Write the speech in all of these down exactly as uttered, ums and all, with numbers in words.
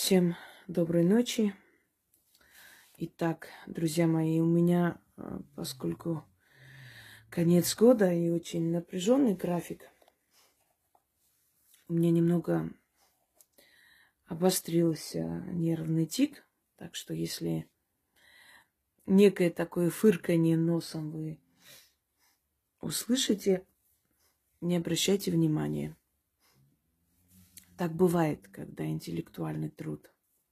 Всем доброй ночи. Итак, друзья мои, у меня, э, поскольку конец года и очень напряженный график, у меня немного обострился нервный тик. Так что если некое такое фырканье носом вы услышите, не обращайте внимания. Так бывает, когда интеллектуальный труд.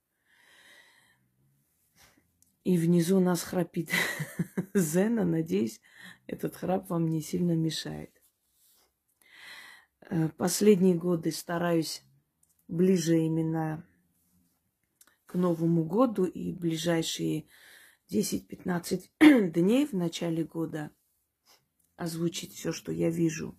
И внизу нас храпит Зена. Надеюсь, этот храп вам не сильно мешает. Последние годы стараюсь ближе именно к Новому году и ближайшие десять-пятнадцать дней в начале года озвучить все, что я вижу.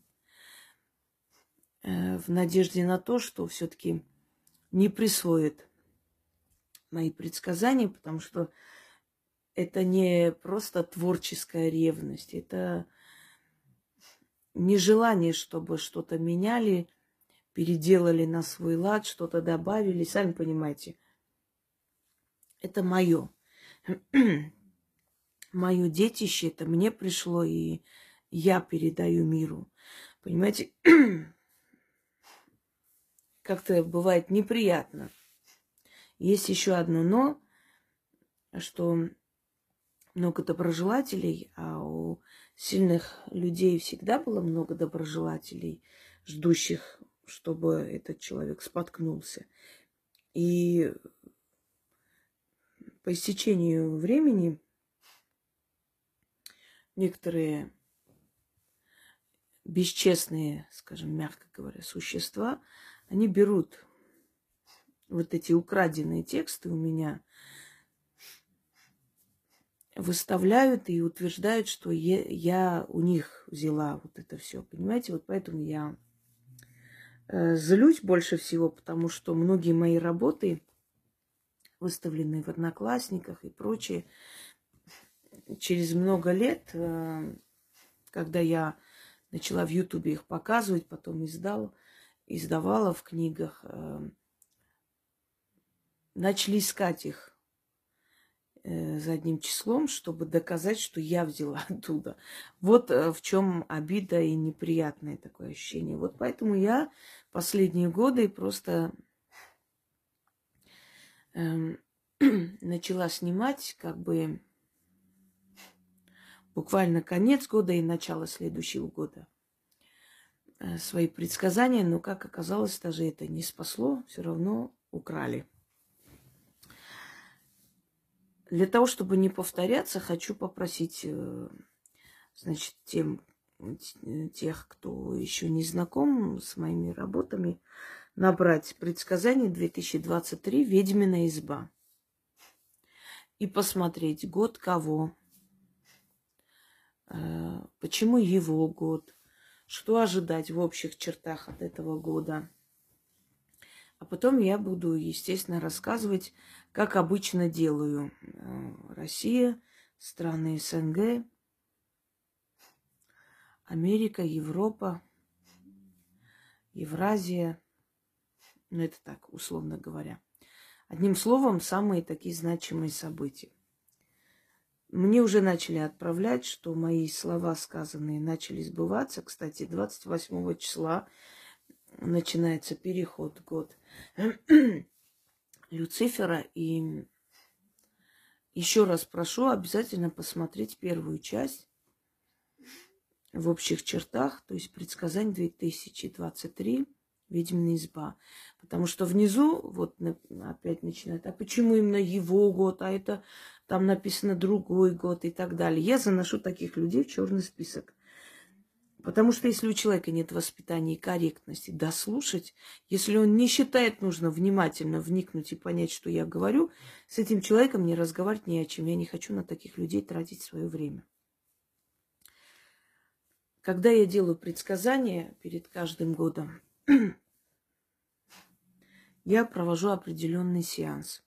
В надежде на то, что все-таки не присвоят мои предсказания, потому что это не просто творческая ревность, это нежелание, чтобы что-то меняли, переделали на свой лад, что-то добавили. Сами понимаете, это мое. Мое детище, это мне пришло, и я передаю миру. Понимаете, как-то бывает неприятно. Есть еще одно но, что много доброжелателей, а у сильных людей всегда было много доброжелателей, ждущих, чтобы этот человек споткнулся. И по истечению времени некоторые бесчестные, скажем, мягко говоря, существа, они берут вот эти украденные тексты у меня, выставляют и утверждают, что я, я у них взяла вот это все, понимаете? Вот поэтому я э, злюсь больше всего, потому что многие мои работы, выставленные в Одноклассниках и прочее, через много лет, э, когда я начала в Ютубе их показывать, потом издал, издавала в книгах, э, начали искать их задним числом, чтобы доказать, что я взяла оттуда. Вот в чем обида и неприятное такое ощущение. Вот поэтому я последние годы просто э, начала снимать как бы буквально конец года и начало следующего года э, свои предсказания, но, как оказалось, даже это не спасло, все равно украли. Для того, чтобы не повторяться, хочу попросить, значит, тем, тех, кто еще не знаком с моими работами, набрать предсказание две тысячи двадцать три «Ведьмина изба» и посмотреть год кого, почему его год, что ожидать в общих чертах от этого года. А потом я буду, естественно, рассказывать, как обычно делаю. Россия, страны СНГ, Америка, Европа, Евразия. Ну, это так, условно говоря. Одним словом, самые такие значимые события. Мне уже начали отправлять, что мои слова сказанные начали сбываться. Кстати, двадцать восьмого числа начинается переход год Люцифера. И еще раз прошу обязательно посмотреть первую часть в общих чертах, то есть предсказание две тысячи двадцать три «Ведьмина изба». Потому что внизу вот опять начинают, а почему именно его год, а это там написано другой год и так далее. Я заношу таких людей в черный список. Потому что если у человека нет воспитания и корректности дослушать, если он не считает нужно внимательно вникнуть и понять, что я говорю, с этим человеком мне разговаривать не о чем. Я не хочу на таких людей тратить свое время. Когда я делаю предсказания перед каждым годом, я провожу определенный сеанс.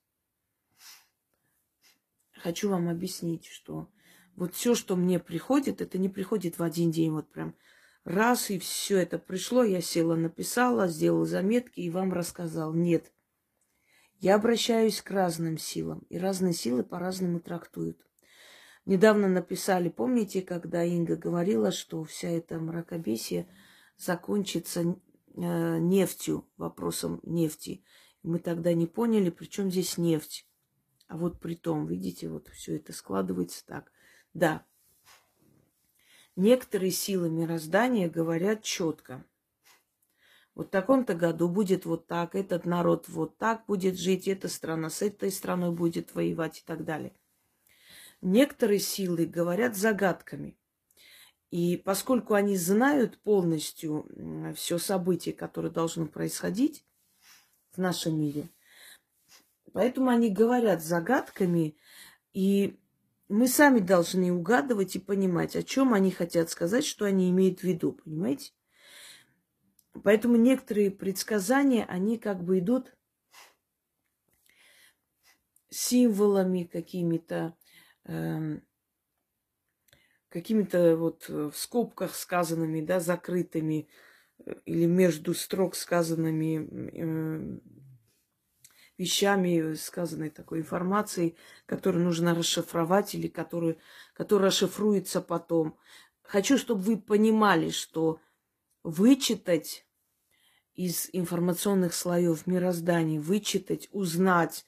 Хочу вам объяснить, что вот все, что мне приходит, это не приходит в один день, вот прям раз, и все это пришло, я села, написала, сделала заметки и вам рассказала. Нет. Я обращаюсь к разным силам, и разные силы по-разному трактуют. Недавно написали, помните, когда Инга говорила, что вся эта мракобесие закончится э, нефтью, вопросом нефти. Мы тогда не поняли, при чем здесь нефть. А вот при том, видите, вот все это складывается так. Да, некоторые силы мироздания говорят четко. Вот в таком-то году будет вот так, этот народ вот так будет жить, эта страна с этой страной будет воевать и так далее. Некоторые силы говорят загадками. И поскольку они знают полностью все события, которые должны происходить в нашем мире, поэтому они говорят загадками, и мы сами должны угадывать и понимать, о чем они хотят сказать, что они имеют в виду, понимаете? Поэтому некоторые предсказания, они как бы идут символами какими-то, э, какими-то вот в скобках сказанными, да, закрытыми, или между строк сказанными э, вещами, сказанной такой информацией, которую нужно расшифровать или которую, которая расшифруется потом. Хочу, чтобы вы понимали, что вычитать из информационных слоев мироздания, вычитать, узнать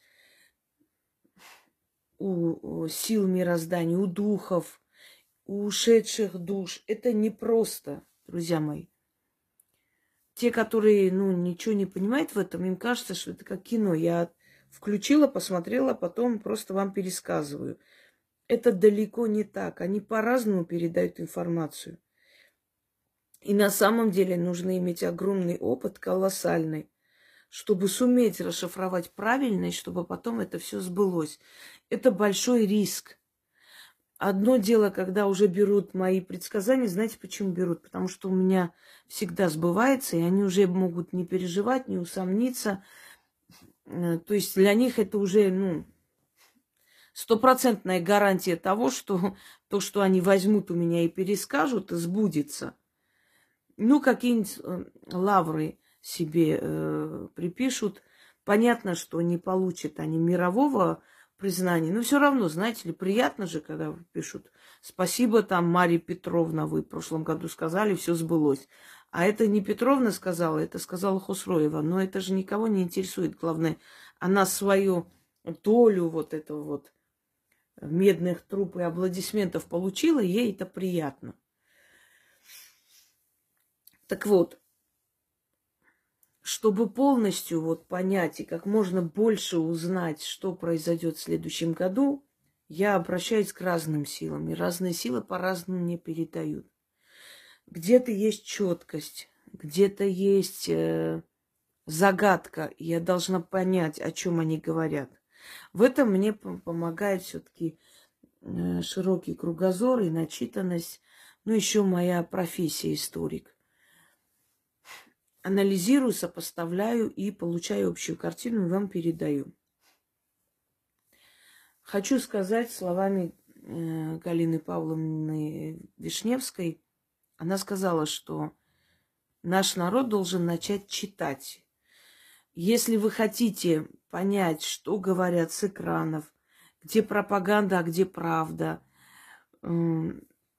у сил мироздания, у духов, у ушедших душ, это непросто, друзья мои. Те, которые, ну, ничего не понимают в этом, им кажется, что это как кино. Я включила, посмотрела, потом просто вам пересказываю. Это далеко не так. Они по-разному передают информацию. И на самом деле нужно иметь огромный опыт, колоссальный, чтобы суметь расшифровать правильно, и чтобы потом это все сбылось. Это большой риск. Одно дело, когда уже берут мои предсказания, знаете, почему берут? Потому что у меня всегда сбывается, и они уже могут не переживать, не усомниться. То есть для них это уже, ну, стопроцентная гарантия того, что то, что они возьмут у меня и перескажут, сбудется. Ну, какие-нибудь лавры себе э, припишут. Понятно, что не получат они мирового признания, но все равно, знаете ли, приятно же, когда пишут: спасибо, там, Марья Петровна, вы в прошлом году сказали, все сбылось. А это не Петровна сказала, это сказала Хусроева. Но это же никого не интересует. Главное, она свою долю вот этого вот медных труб и аплодисментов получила, ей это приятно. Так вот, чтобы полностью вот понять и как можно больше узнать, что произойдет в следующем году, я обращаюсь к разным силам, и разные силы по-разному мне передают. Где-то есть четкость, где-то есть э, загадка, и я должна понять, о чем они говорят. В этом мне помогает все-таки э, широкий кругозор и начитанность, ну еще моя профессия историк. Анализирую, сопоставляю и получаю общую картину, и вам передаю. Хочу сказать словами э, Галины Павловны Вишневской. Она сказала, что наш народ должен начать читать. Если вы хотите понять, что говорят с экранов, где пропаганда, а где правда, э,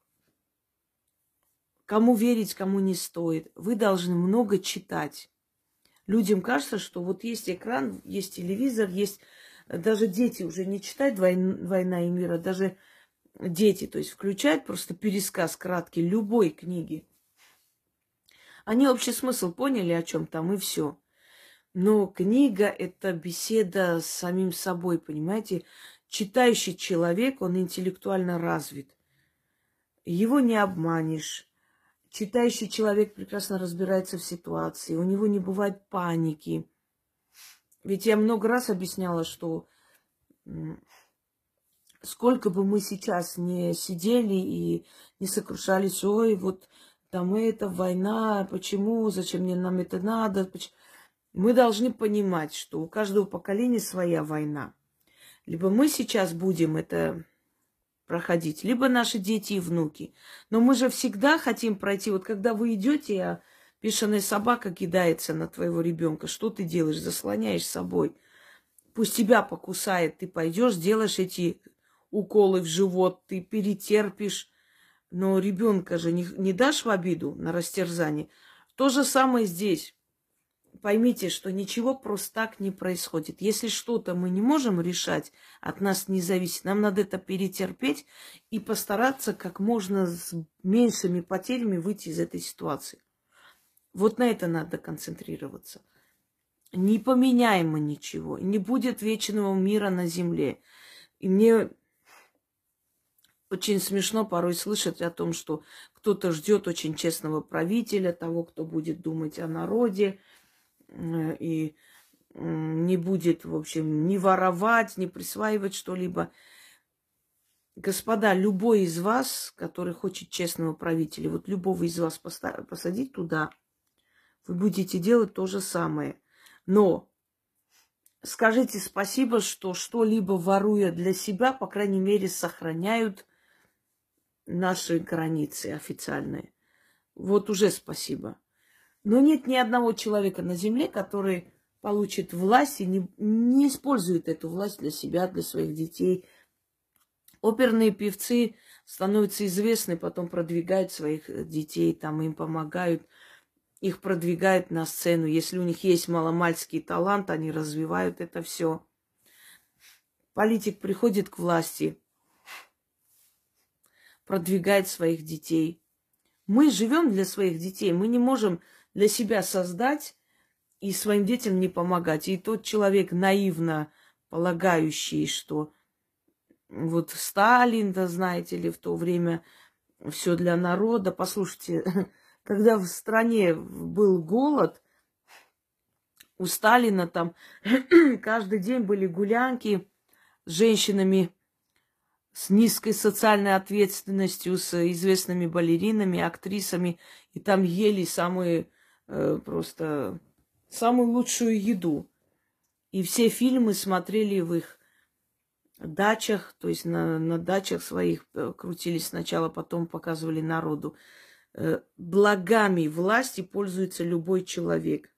кому верить, кому не стоит. Вы должны много читать. Людям кажется, что вот есть экран, есть телевизор, есть... Даже дети уже не читают «Война и мир», а даже дети, то есть включают просто пересказ краткий любой книги. Они общий смысл поняли, о чем там, и все. Но книга – это беседа с самим собой, понимаете? Читающий человек, он интеллектуально развит. Его не обманешь. Читающий человек прекрасно разбирается в ситуации, у него не бывает паники. Ведь я много раз объясняла, что сколько бы мы сейчас не сидели и не сокрушались, ой, вот там это, война, почему, зачем мне нам это надо. Мы должны понимать, что у каждого поколения своя война. Либо мы сейчас будем это... проходить, либо наши дети и внуки. Но мы же всегда хотим пройти. Вот когда вы идете, а бешеная собака кидается на твоего ребенка, что ты делаешь? Заслоняешь собой. Пусть тебя покусает, ты пойдешь, сделаешь эти уколы в живот, ты перетерпишь. Но ребенка же не, не дашь в обиду на растерзание. То же самое здесь. Поймите, что ничего просто так не происходит. Если что-то мы не можем решать, от нас не зависит, нам надо это перетерпеть и постараться как можно с меньшими потерями выйти из этой ситуации. Вот на это надо концентрироваться. Не поменяем мы ничего, не будет вечного мира на земле. И мне очень смешно порой слышать о том, что кто-то ждет очень честного правителя, того, кто будет думать о народе, и не будет, в общем, ни воровать, ни присваивать что-либо. Господа, любой из вас, который хочет честного правителя, вот любого из вас посадить туда, вы будете делать то же самое. Но скажите спасибо, что что-либо воруя для себя, по крайней мере, сохраняют наши границы официальные. Вот уже спасибо. Но нет ни одного человека на земле, который получит власть и не, не использует эту власть для себя, для своих детей. Оперные певцы становятся известны, потом продвигают своих детей, там им помогают, их продвигают на сцену. Если у них есть маломальский талант, они развивают это все. Политик приходит к власти, продвигает своих детей. Мы живем для своих детей, мы не можем для себя создать и своим детям не помогать. И тот человек, наивно полагающий, что вот Сталин, да знаете ли, в то время все для народа. Послушайте, когда в стране был голод, у Сталина там каждый день были гулянки с женщинами с низкой социальной ответственностью, с известными балеринами, актрисами. И там ели самые просто самую лучшую еду. И все фильмы смотрели в их дачах, то есть на, на дачах своих крутились сначала, потом показывали народу. Благами власти пользуется любой человек.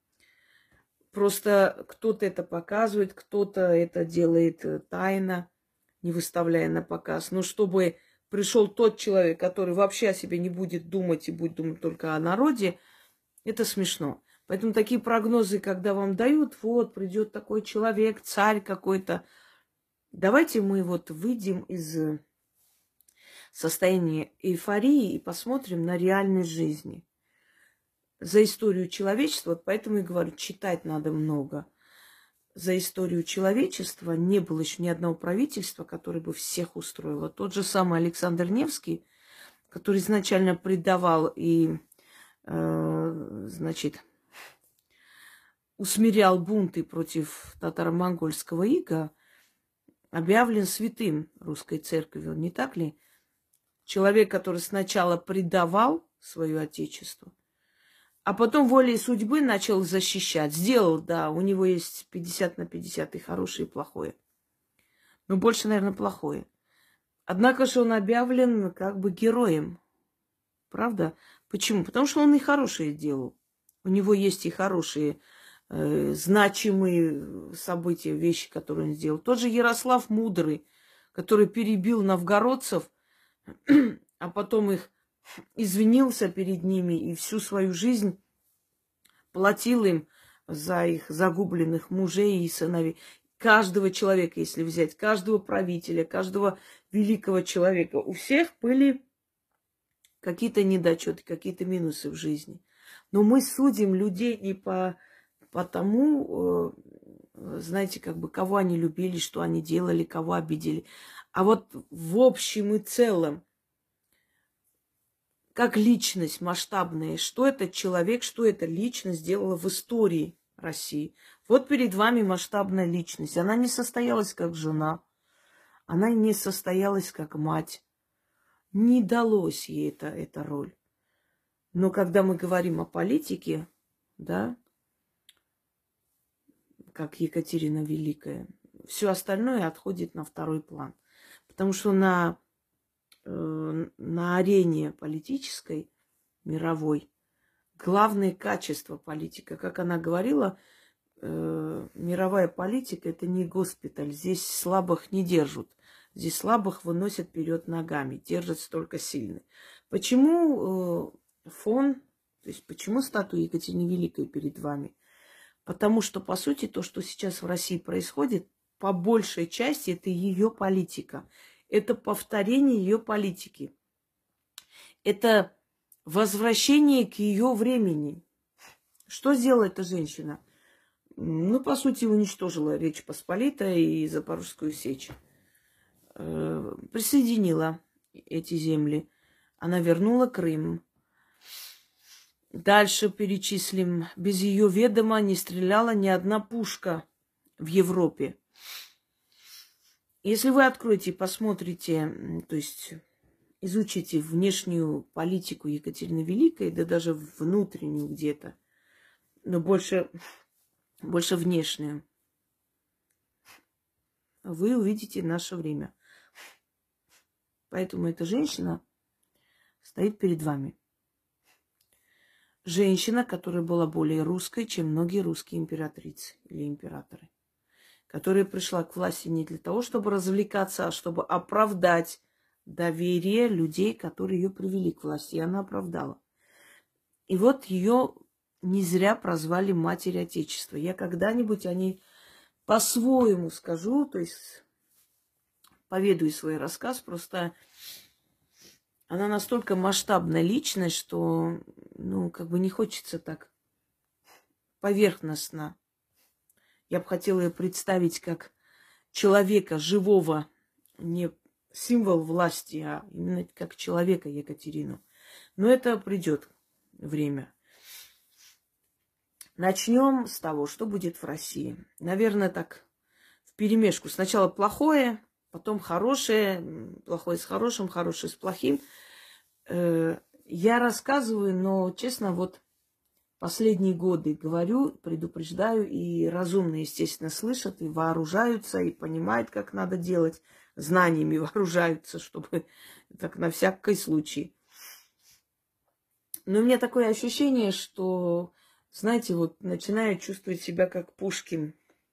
Просто кто-то это показывает, кто-то это делает тайно, не выставляя на показ. Но чтобы пришел тот человек, который вообще о себе не будет думать и будет думать только о народе, это смешно. Поэтому такие прогнозы, когда вам дают, вот, придет такой человек, царь какой-то. Давайте мы вот выйдем из состояния эйфории и посмотрим на реальность жизни. За историю человечества, вот поэтому и говорю, читать надо много. За историю человечества не было еще ни одного правительства, которое бы всех устроило. Тот же самый Александр Невский, который изначально предавал и значит, усмирял бунты против татаро-монгольского ига, объявлен святым русской церковью, не так ли? Человек, который сначала предавал свое отечество, а потом волей судьбы начал защищать. Сделал, да, у него есть пятьдесят на пятьдесят, и хорошее, и плохое. Но больше, наверное, плохое. Однако же он объявлен как бы героем. Правда? Почему? Потому что он и хорошее делал. У него есть и хорошие, э, значимые события, вещи, которые он сделал. Тот же Ярослав Мудрый, который перебил новгородцев, а потом их извинился перед ними и всю свою жизнь платил им за их загубленных мужей и сыновей. Каждого человека, если взять, каждого правителя, каждого великого человека, у всех были какие-то недочеты, какие-то минусы в жизни. Но мы судим людей не по, по тому, знаете, как бы, кого они любили, что они делали, кого обидели. А вот в общем и целом, как личность масштабная, что этот человек, что эта личность сделала в истории России. Вот перед вами масштабная личность. Она не состоялась как жена, она не состоялась как мать. Не далось ей это, эта роль. Но когда мы говорим о политике, да, как Екатерина Великая, все остальное отходит на второй план. Потому что на, э, на арене политической, мировой, главное качество политика, как она говорила, э, мировая политика – это не госпиталь. Здесь слабых не держат. Здесь слабых выносят вперед ногами, держатся только сильные. Почему э, фон, то есть почему статуя Екатерины Великой перед вами? Потому что, по сути, то, что сейчас в России происходит, по большей части это ее политика. Это повторение ее политики. Это возвращение к ее времени. Что сделала эта женщина? Ну, по сути, уничтожила Речь Посполитая и Запорожскую сечь. Присоединила эти земли. Она вернула Крым. Дальше перечислим. Без ее ведома не стреляла ни одна пушка в Европе. Если вы откроете и посмотрите, то есть изучите внешнюю политику Екатерины Великой, да даже внутреннюю где-то, но больше, больше внешнюю, вы увидите наше время. Поэтому эта женщина стоит перед вами. Женщина, которая была более русской, чем многие русские императрицы или императоры. Которая пришла к власти не для того, чтобы развлекаться, а чтобы оправдать доверие людей, которые ее привели к власти. И она оправдала. И вот ее не зря прозвали Матерь Отечества. Я когда-нибудь о ней по-своему скажу, то есть поведаю свой рассказ. Просто она настолько масштабная личность, что, ну, как бы не хочется так поверхностно. Я бы хотела ее представить как человека живого, не символ власти, а именно как человека Екатерину. Но это придет время. Начнем с того, что будет в России. Наверное, так вперемешку. Сначала плохое, потом хорошее, плохое с хорошим, хорошее с плохим. Я рассказываю, но, честно, вот последние годы говорю, предупреждаю, и разумные, естественно, слышат, и вооружаются, и понимают, как надо делать. Знаниями вооружаются, чтобы так на всякий случай. Но у меня такое ощущение, что, знаете, вот начинаю чувствовать себя как Пушкин.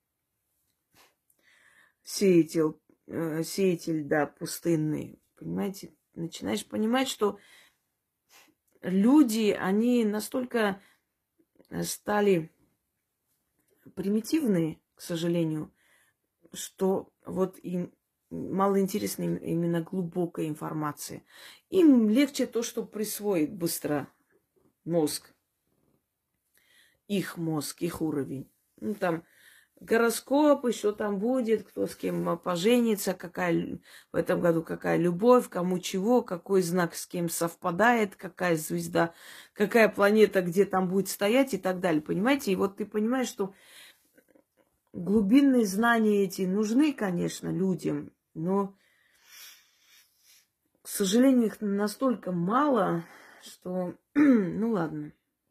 Сеятель, э, сеятель, да, пустынный. Понимаете? Начинаешь понимать, что люди, они настолько стали примитивные, к сожалению, что вот им мало интересна именно глубокая информация. Им легче то, что присвоит быстро мозг. Их мозг, их уровень. Ну, там гороскоп еще там будет, кто с кем поженится, какая в этом году какая любовь, кому чего, какой знак с кем совпадает, какая звезда, какая планета где там будет стоять и так далее. Понимаете? И вот ты понимаешь, что глубинные знания эти нужны, конечно, людям, но, к сожалению, их настолько мало, что, ну ладно.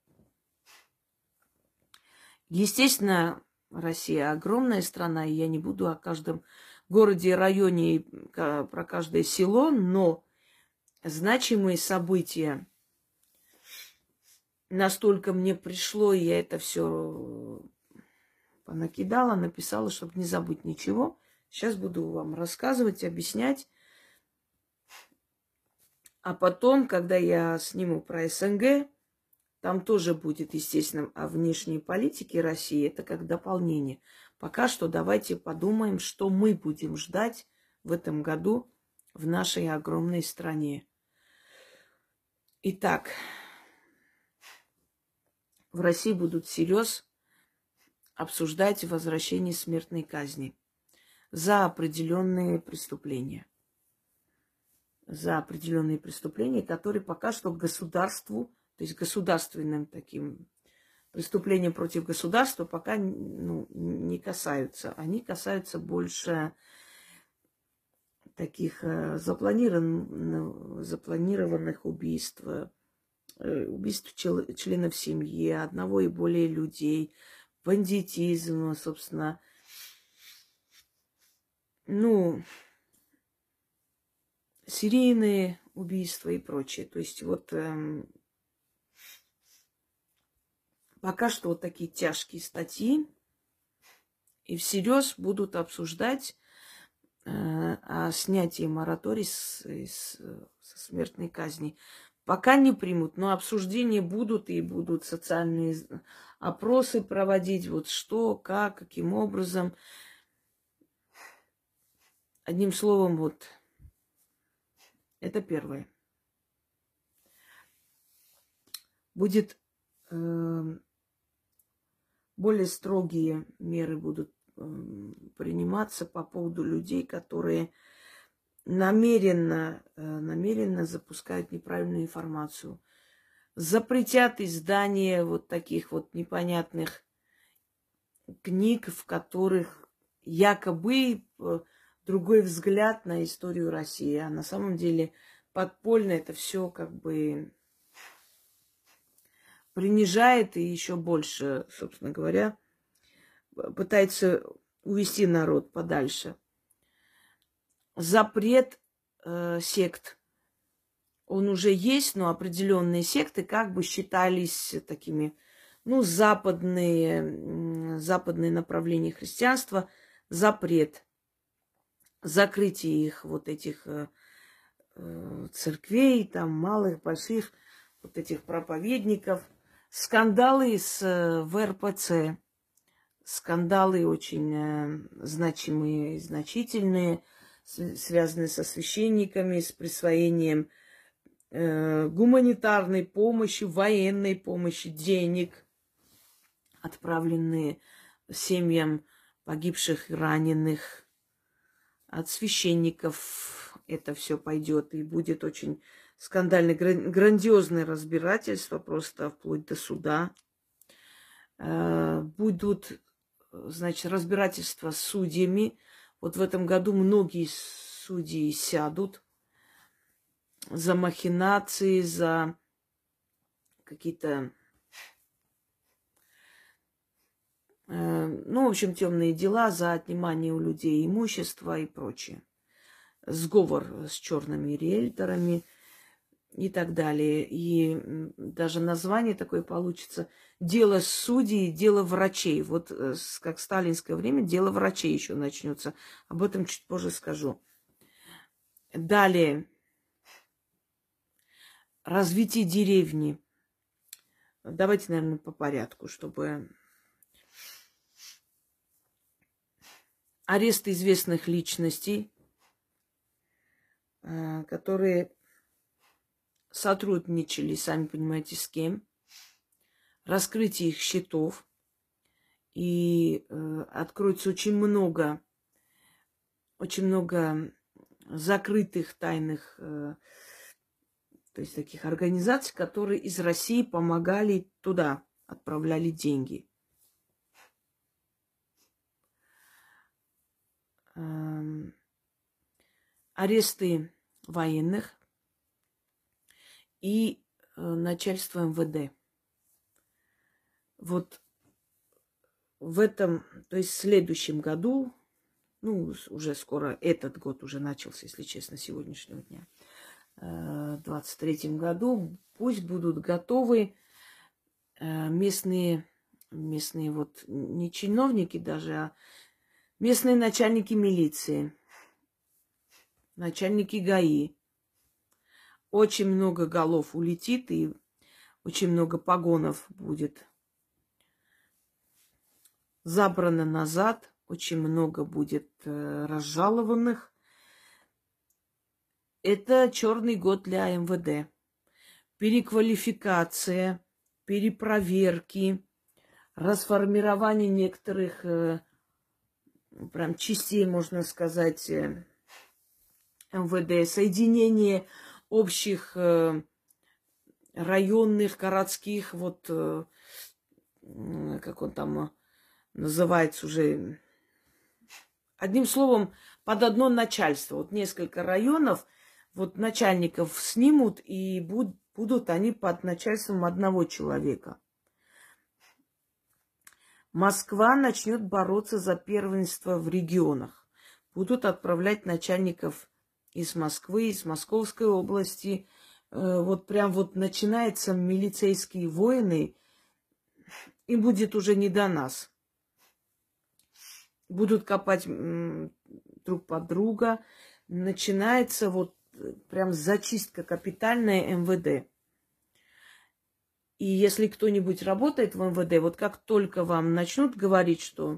Естественно, Россия огромная страна, и я не буду о каждом городе и районе, и про каждое село, но значимые события настолько мне пришло, и я это все понакидала, написала, чтобы не забыть ничего. Сейчас буду вам рассказывать, объяснять. А потом, когда я сниму про СНГ, там тоже будет, естественно, о внешней политике России. Это как дополнение. Пока что давайте подумаем, что мы будем ждать в этом году в нашей огромной стране. Итак, в России будут всерьез обсуждать возвращение смертной казни за определенные преступления. За определенные преступления, которые пока что государству, то есть государственным таким преступлениям против государства пока, ну, не касаются. Они касаются больше таких э, запланированных, запланированных убийств, э, убийств чел, членов семьи, одного и более людей, бандитизм, собственно. Ну, серийные убийства и прочее. То есть вот эм, пока что вот такие тяжкие статьи И всерьез будут обсуждать э, о снятии моратория с, с, со смертной казни. Пока не примут, но обсуждения будут, и будут социальные опросы проводить, вот что, как, каким образом. Одним словом, вот, это первое. Будет э, более строгие меры будут э, приниматься по поводу людей, которые намеренно, э, намеренно запускают неправильную информацию. Запретят издание вот таких вот непонятных книг, в которых якобы другой взгляд на историю России. А на самом деле подпольно это все как бы принижает и еще больше, собственно говоря, пытается увести народ подальше. Запрет э, сект. Он уже есть, но определенные секты как бы считались такими, ну, западные, западные направления христианства. Запрет. Закрытие их, вот этих э, церквей, там, малых, больших, вот этих проповедников. Скандалы с э, в эр пэ цэ. Скандалы очень э, значимые и значительные, с, связанные со священниками, с присвоением э, гуманитарной помощи, военной помощи, денег, отправленные семьям погибших и раненых. От священников это все пойдет, и будет очень скандальное, грандиозное разбирательство, просто вплоть до суда. Будут, значит, разбирательства с судьями. Вот в этом году многие судьи сядут за махинации, за какие-то, ну, в общем, темные дела, за отнимание у людей имущества и прочее. Сговор с черными риэлторами и так далее. И даже название такое получится: дело судей, дело врачей. Вот как в сталинское время дело врачей еще начнется. Об этом чуть позже скажу. Далее. Развитие деревни. Давайте, наверное, по порядку, чтобы... Арест известных личностей, которые сотрудничали, сами понимаете, с кем. Раскрытие их счетов. И э, откроется очень много, очень много закрытых тайных, э, то есть таких организаций, которые из России помогали туда, отправляли деньги. Эм, аресты военных и э, начальство эм вэ дэ. Вот в этом, то есть в следующем году, ну, уже скоро, этот год уже начался, если честно, сегодняшнего дня, в двадцать третьем году, пусть будут готовы местные, местные вот не чиновники даже, а местные начальники милиции, начальники ГАИ. Очень много голов улетит, и очень много погонов будет забрано назад, очень много будет э, разжалованных. Это черный год для эм вэ дэ. Переквалификация, перепроверки, расформирование некоторых э, прям частей, можно сказать, э, эм вэ дэ, соединение общих э, районных, городских, вот, э, как он там называется уже, одним словом, под одно начальство. Вот несколько районов, вот начальников снимут, и буд, будут они под начальством одного человека. Москва начнет бороться за первенство в регионах. Будут отправлять начальников из Москвы, из Московской области. Вот прям вот начинаются милицейские войны, и будет уже не до нас. будут копать м, друг под друга. Начинается вот прям зачистка капитальная эм вэ дэ. И если кто-нибудь работает в эм вэ дэ, вот как только вам начнут говорить, что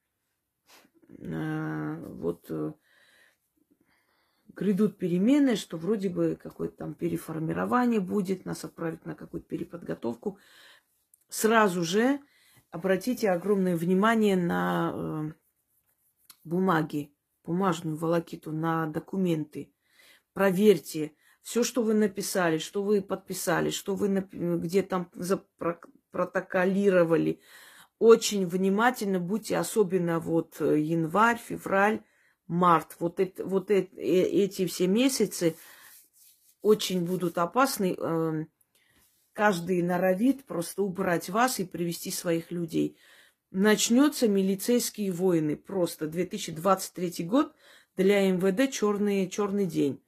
э, вот э, грядут перемены, что вроде бы какое-то там переформирование будет, нас отправят на какую-то переподготовку, сразу же обратите огромное внимание на э, бумаги, бумажную волокиту, на документы. Проверьте все, что вы написали, что вы подписали, что вы где там запротоколировали. Очень внимательно будьте, особенно вот январь, февраль, март. Вот, это, вот это, эти все месяцы очень будут опасны. Каждый норовит просто убрать вас и привести своих людей. Начнется милицейские войны. Просто две тысячи двадцать третий год для эм вэ дэ черный, черный день.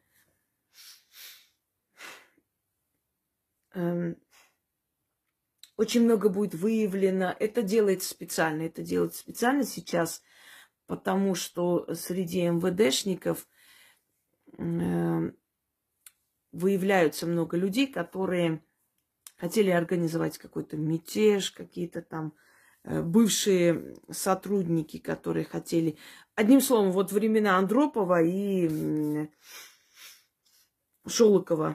Очень много будет выявлено. Это делается специально. Это делается специально сейчас, потому что среди эм вэ дэшников выявляются много людей, которые хотели организовать какой-то мятеж, какие-то там бывшие сотрудники, которые хотели... Одним словом, вот времена Андропова и Шолокова,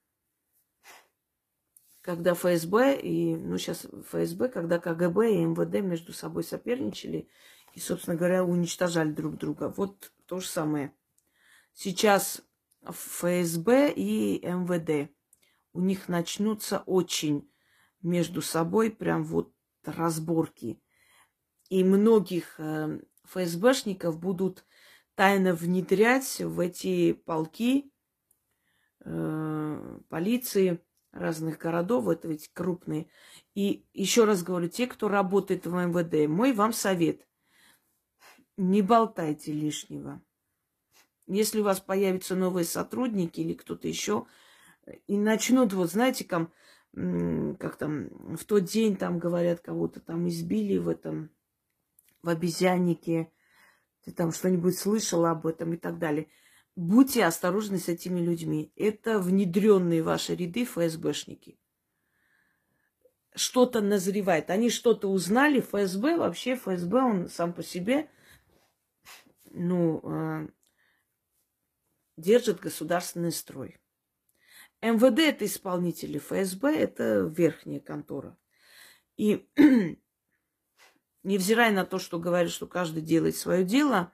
когда эф эс бэ и, ну, сейчас эф эс бэ, когда ка гэ бэ и эм вэ дэ между собой соперничали и, собственно говоря, уничтожали друг друга. Вот то же самое. Сейчас эф эс бэ и эм вэ дэ, у них начнутся очень между собой прям вот разборки. И многих э, эф эс бэшников будут тайно внедрять в эти полки э, полиции разных городов, это ведь крупные. И еще раз говорю, те, кто работает в эм вэ дэ, мой вам совет: не болтайте лишнего. Если у вас появятся новые сотрудники или кто-то еще, и начнут, вот знаете, там, как там, в тот день там говорят, кого-то там избили в этом, в обезьяннике, ты там что-нибудь слышала об этом и так далее. Будьте осторожны с этими людьми. Это внедренные в ваши ряды эф эс бэшники. Что-то назревает. Они что-то узнали. эф эс бэ, вообще эф эс бэ, он сам по себе, ну, э, держит государственный строй. эм вэ дэ – это исполнитель, эф эс бэ – это верхняя контора. И невзирая на то, что говорят, что каждый делает свое дело,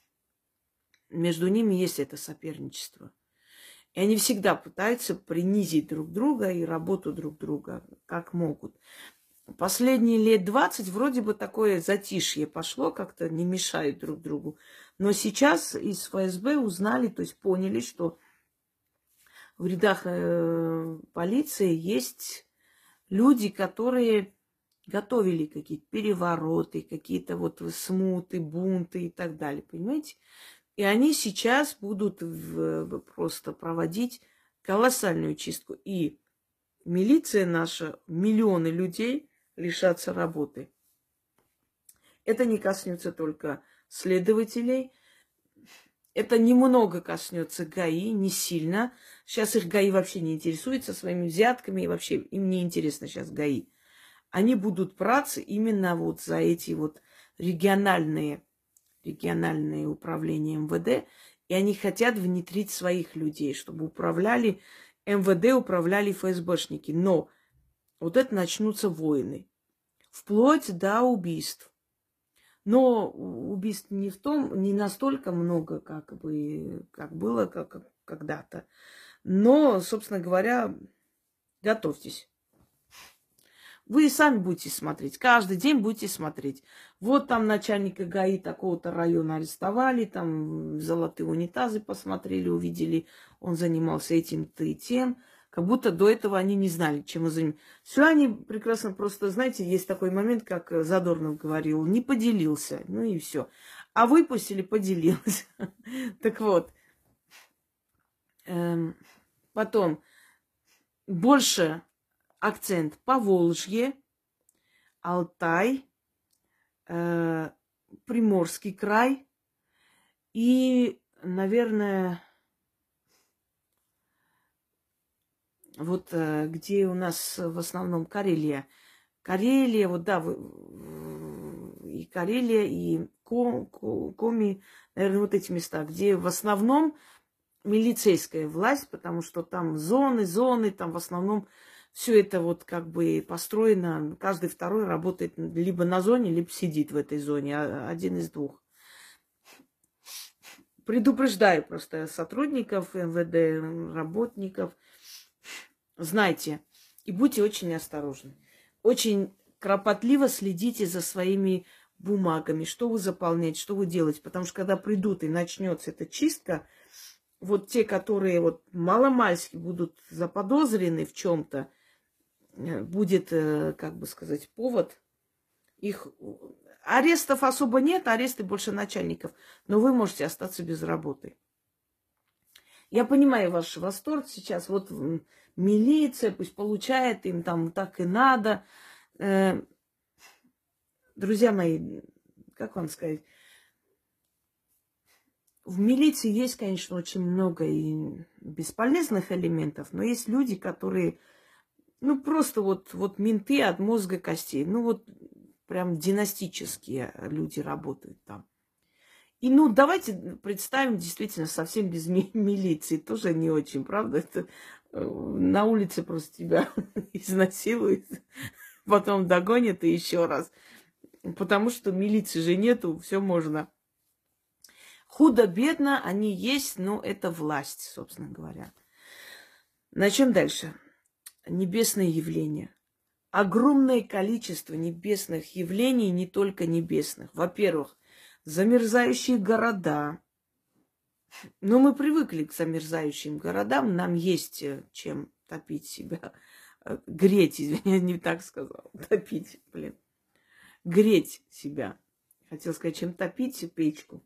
между ними есть это соперничество. И они всегда пытаются принизить друг друга и работу друг друга, как могут. Последние лет двадцать вроде бы такое затишье пошло, как-то не мешают друг другу. Но сейчас из эф эс бэ узнали, то есть поняли, что в рядах э, полиции есть люди, которые готовили какие-то перевороты, какие-то вот смуты, бунты и так далее, понимаете? И они сейчас будут в, просто проводить колоссальную чистку. И милиция наша, миллионы людей лишатся работы. Это не коснется только следователей. Это немного коснется ГАИ, не сильно. Сейчас их ГАИ вообще не интересуется своими взятками. И вообще им не интересно сейчас ГАИ. Они будут браться именно вот за эти вот региональные региональные управления эм вэ дэ, и они хотят внедрить своих людей, чтобы управляли эм вэ дэ, управляли эф эс бэшники. Но вот это начнутся войны, вплоть до убийств. Но убийств не в том, не настолько много, как бы, как было как, когда-то. Но, собственно говоря, готовьтесь. Вы сами будете смотреть, каждый день будете смотреть. Вот там начальника ГАИ такого-то района арестовали, там золотые унитазы посмотрели, увидели, он занимался этим-то и тем. Как будто до этого они не знали, чем он занимался. Все они прекрасно просто, знаете, есть такой момент, как Задорнов говорил, не поделился, ну и все. А выпустили, поделился. Так вот. Потом больше... акцент Поволжье, Алтай, э, Приморский край и, наверное, вот где у нас в основном Карелия. Карелия, вот да, и Карелия, и Коми, наверное, вот эти места, где в основном милицейская власть, потому что там зоны, зоны, там в основном все это вот как бы построено, каждый второй работает либо на зоне, либо сидит в этой зоне, один из двух. Предупреждаю просто сотрудников эм вэ дэ, работников, знайте и будьте очень осторожны. Очень кропотливо следите за своими бумагами, что вы заполняете, что вы делаете. Потому что когда придут и начнется эта чистка, вот те, которые вот маломальски будут заподозрены в чем-то, будет, как бы сказать, повод их... Арестов особо нет, аресты больше начальников, но вы можете остаться без работы. Я понимаю ваш восторг сейчас. Вот милиция пусть получает, им там так и надо. Друзья мои, как вам сказать, в милиции есть, конечно, очень много и бесполезных элементов, но есть люди, которые, ну, просто вот, вот менты от мозга костей. Ну, вот прям династические люди работают там. И, ну, давайте представим действительно совсем без ми- милиции. Тоже не очень, правда? Это на улице просто тебя изнасилуют, потом догонят и еще раз. Потому что милиции же нету, все можно. Худо-бедно они есть, но это власть, собственно говоря. Начнем дальше. Небесные явления. Огромное количество небесных явлений, не только небесных. Во-первых, замерзающие города. Но мы привыкли к замерзающим городам. Нам есть чем топить себя. Греть, извини, я не так сказала. Топить, блин. Греть себя. Хотела сказать, чем топить печку.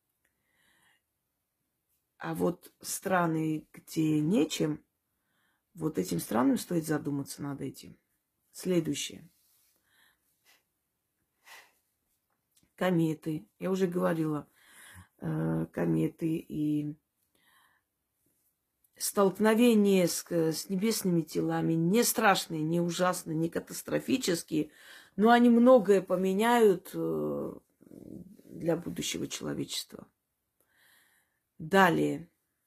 А вот страны, где нечем, вот этим странам стоит задуматься над этим. Следующее. Кометы. Я уже говорила, э, кометы и столкновения с, с небесными телами не страшные, не ужасные, не катастрофические, но они многое поменяют э, для будущего человечества. Далее.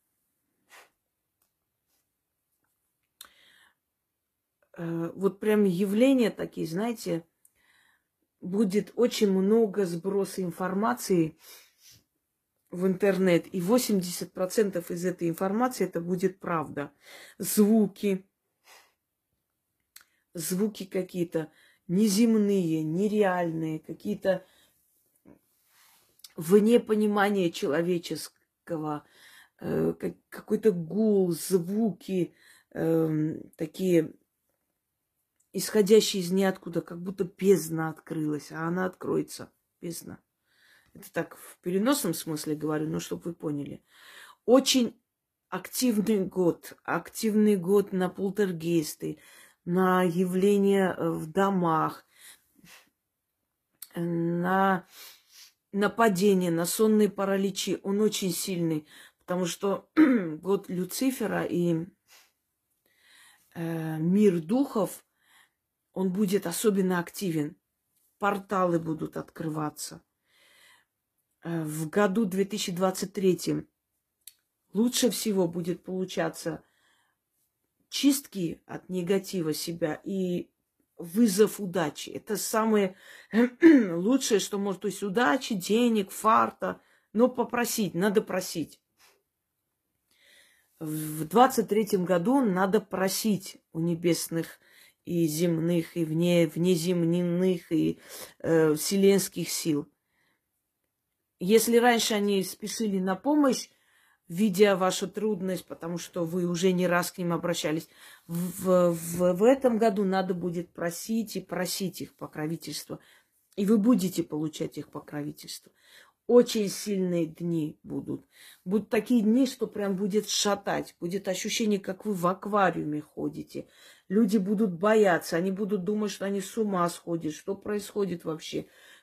Э, вот прям явления такие, знаете, будет очень много сброса информации в интернет, и восемьдесят процентов из этой информации это будет правда. Звуки, звуки какие-то неземные, нереальные, какие-то вне понимания человеческого, э, как, какой-то гул, звуки э, такие, исходящие из ниоткуда, как будто бездна открылась, а она откроется, бездна. Это так в переносном смысле говорю, но чтобы вы поняли. Очень активный год. Активный год на полтергейсты, на явления в домах, на нападения, на сонные параличи. Он очень сильный, потому что год Люцифера и э, мир духов, он будет особенно активен. Порталы будут открываться. В году две тысячи двадцать третьем лучше всего будет получаться чистки от негатива себя и вызов удачи. Это самое лучшее, что может. То есть удачи, денег, фарта. Но попросить, надо просить. В двадцать третьем году надо просить у небесных и земных, и вне, внеземных, и э, вселенских сил. Если раньше они спешили на помощь, видя вашу трудность, потому что вы уже не раз к ним обращались, в, в, в этом году надо будет просить и просить их покровительства. И вы будете получать их покровительство. Очень сильные дни будут. Будут такие дни, что прям будет шатать. Будет ощущение, как вы в аквариуме ходите. Люди будут бояться, они будут думать, что они с ума сходят, что происходит вообще.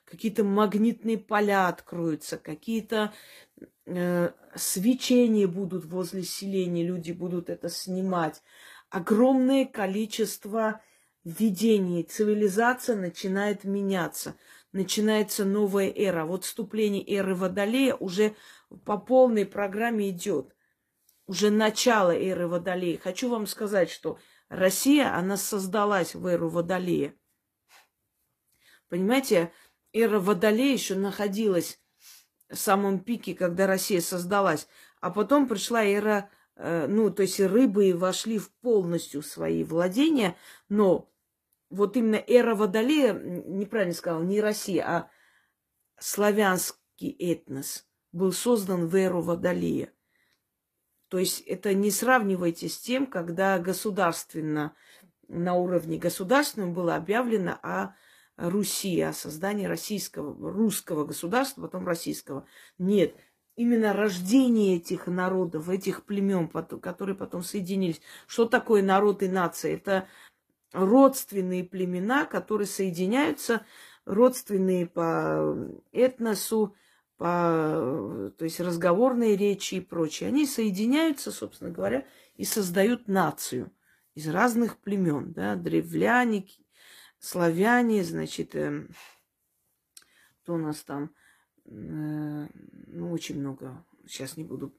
какие-то магнитные поля откроются, какие-то э, свечения будут возле селения, люди будут это снимать. Огромное количество видений. Цивилизация начинает меняться. Начинается новая эра. Вот вступление эры Водолея уже по полной программе идет. Уже начало эры Водолея. Хочу вам сказать, что Россия, она создалась в эру Водолея. Понимаете, эра Водолея еще находилась в самом пике, когда Россия создалась. А потом пришла эра, э, ну, то есть рыбы вошли в полностью свои владения. Но вот именно эра Водолея, неправильно сказала, не Россия, а славянский этнос был создан в эру Водолея. То есть это не сравнивайте с тем, когда государственно, на уровне государственном было объявлено о Руси, о создании российского, русского государства, потом российского. Нет, именно рождение этих народов, этих племен, которые потом соединились. Что такое народ и нация? Это родственные племена, которые соединяются, родственные по этносу, по, то есть разговорные речи и прочее. Они соединяются, собственно говоря, и создают нацию из разных племен, да, древляне, славяне, значит, э, кто у нас там, э, ну, очень много, сейчас не буду.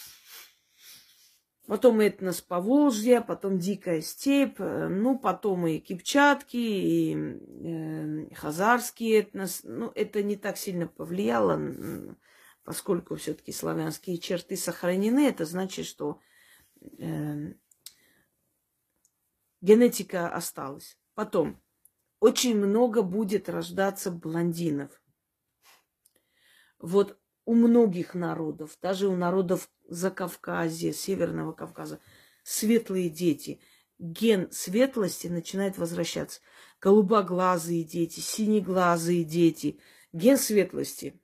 Потом этнос Поволжья, потом дикая степь, ну, потом и кипчатки, и э, хазарский этнос. Ну, это не так сильно повлияло, поскольку все-таки славянские черты сохранены. Это значит, что э, генетика осталась. Потом очень много будет рождаться блондинов. Вот у многих народов, даже у народов Закавказья, Северного Кавказа, светлые дети. Ген светлости начинает возвращаться. Голубоглазые дети, синеглазые дети. Ген светлости.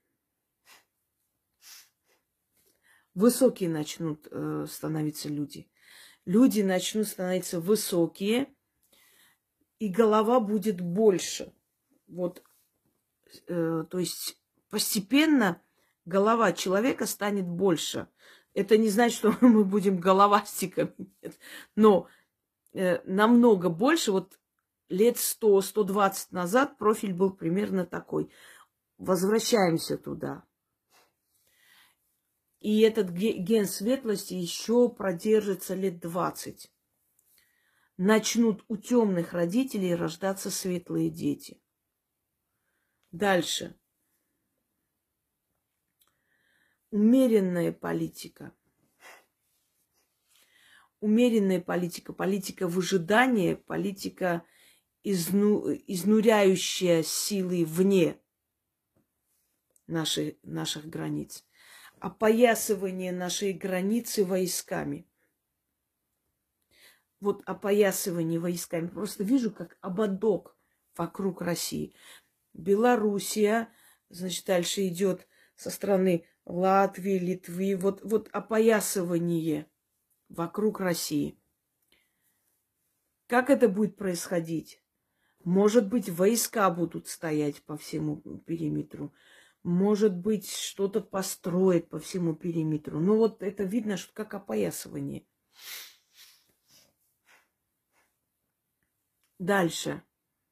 Высокие начнут э, становиться люди. Люди начнут становиться высокие, и голова будет больше. Вот, э, то есть постепенно голова человека станет больше. Это не значит, что мы будем головастиками. Нет. Но э, намного больше. Вот лет сто - сто двадцать назад профиль был примерно такой. Возвращаемся туда. И этот ген светлости еще продержится лет двадцать. Начнут у темных родителей рождаться светлые дети. Дальше. Умеренная политика. Умеренная политика, политика выжидания, политика, изну, изнуряющая силы вне нашей, наших границ. Опоясывание нашей границы войсками. Вот опоясывание войсками. Просто вижу, как ободок вокруг России. Белоруссия, значит, дальше идет со стороны Латвии, Литвы. Вот, вот опоясывание вокруг России. Как это будет происходить? Может быть, войска будут стоять по всему периметру. Может быть, что-то построят по всему периметру. Ну вот это видно, что как опоясывание. Дальше.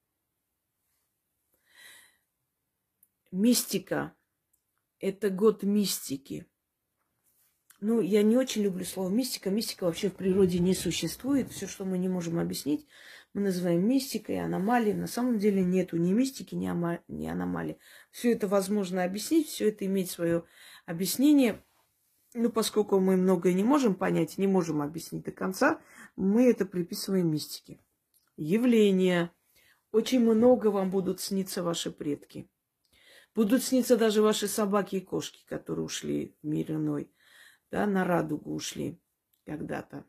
Мистика. Это год мистики. Ну, я не очень люблю слово мистика. Мистика вообще в природе не существует. Все, что мы не можем объяснить, мы называем мистикой, аномалией. На самом деле нету ни мистики, ни, ама... ни аномалии. Все это возможно объяснить, все это имеет свое объяснение. Ну, поскольку мы многое не можем понять, не можем объяснить до конца, мы это приписываем мистике. Явления. Очень много вам будут сниться ваши предки. Будут сниться даже ваши собаки и кошки, которые ушли в мир иной. Да, на радугу ушли когда-то.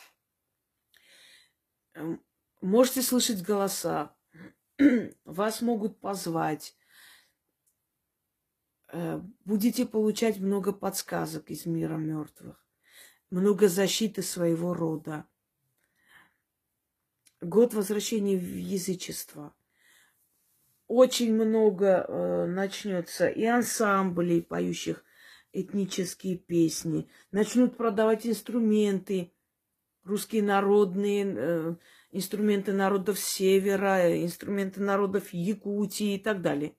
Можете слышать голоса. Вас могут позвать. Будете получать много подсказок из мира мертвых. Много защиты своего рода. Год возвращения в язычество. очень много э, начнется и ансамблей, поющих этнические песни. Начнут продавать инструменты, русские народные, э, инструменты народов Севера, инструменты народов Якутии и так далее.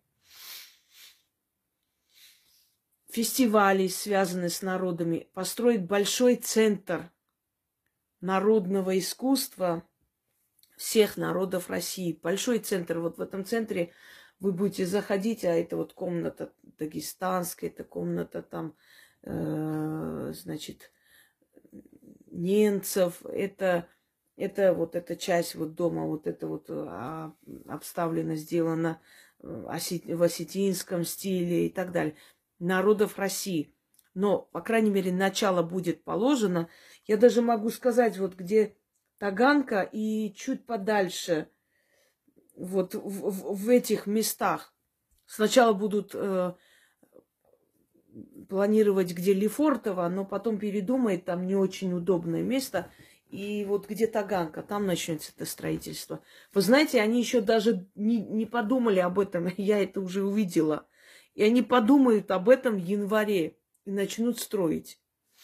Фестивали, связанные с народами, построить большой центр народного искусства всех народов России. Большой центр. Вот в этом центре вы будете заходить, а это вот комната дагестанская, это комната там, э, значит, немцев, это, это вот эта часть вот дома, вот это вот а, обставлено, сделано осет, в осетинском стиле и так далее. Народов России. Но, по крайней мере, начало будет положено. Я даже могу сказать, вот где Таганка и чуть подальше, вот в, в, в этих местах. Сначала будут э, планировать, где Лефортово, но потом передумает, там не очень удобное место. И вот где Таганка, там начнется это строительство. Вы знаете, они еще даже не, не подумали об этом, я это уже увидела. И они подумают об этом в январе и начнут строить.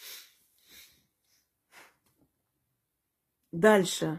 Дальше.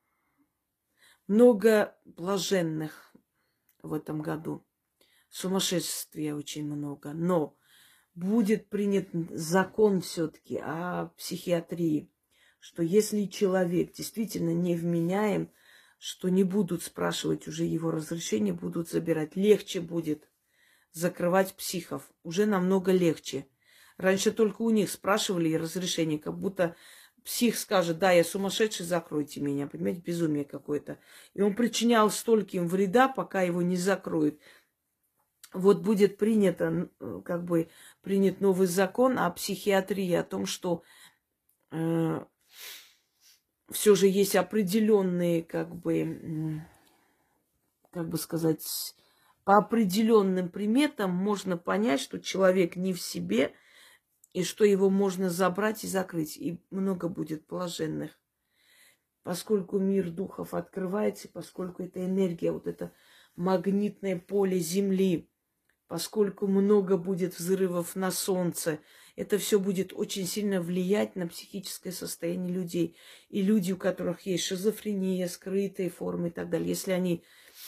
Много блаженных в этом году. Сумасшествия очень много. Но будет принят закон все-таки о психиатрии, что если человек действительно невменяем, что не будут спрашивать уже его разрешения, будут забирать. Легче будет закрывать психов. Уже намного легче. Раньше только у них спрашивали разрешение, как будто псих скажет: да, я сумасшедший, закройте меня. Понимаете, безумие какое-то. И он причинял стольким вреда, пока его не закроют. Вот будет принято, как бы, принят новый закон о психиатрии, о том, что э, все же есть определенные, как бы, как бы сказать, по определенным приметам можно понять, что человек не в себе, и что его можно забрать и закрыть. И много будет блаженных. Поскольку мир духов открывается, поскольку это энергия, вот это магнитное поле Земли, поскольку много будет взрывов на Солнце, это все будет очень сильно влиять на психическое состояние людей. И люди, у которых есть шизофрения, скрытые формы и так далее, если они...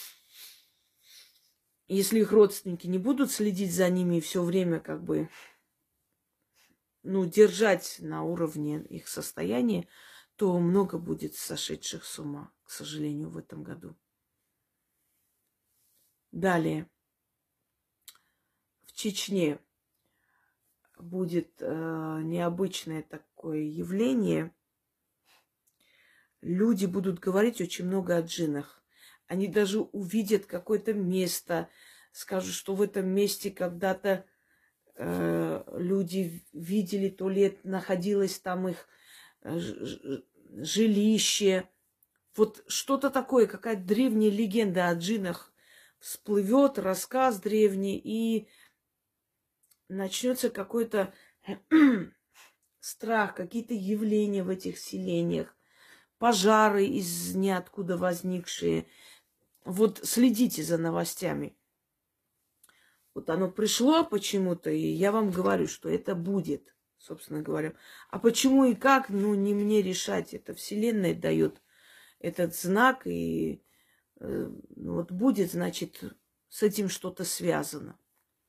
Если их родственники не будут следить за ними и все время как бы, ну, держать на уровне их состояния, то много будет сошедших с ума, к сожалению, в этом году. Далее. В Чечне будет э, необычное такое явление. Люди будут говорить очень много о джиннах. Они даже увидят какое-то место, скажут, что в этом месте когда-то э, люди видели, то ли это находилось там их э, жилище. Вот что-то такое, какая-то древняя легенда о джиннах всплывет, рассказ древний, и начнется какой-то страх, какие-то явления в этих селениях, пожары из ниоткуда возникшие. Вот следите за новостями. Вот оно пришло почему-то, и я вам говорю, что это будет, собственно говоря. А почему и как, ну, не мне решать. Это Вселенная дает этот знак, и э, вот будет, значит, с этим что-то связано.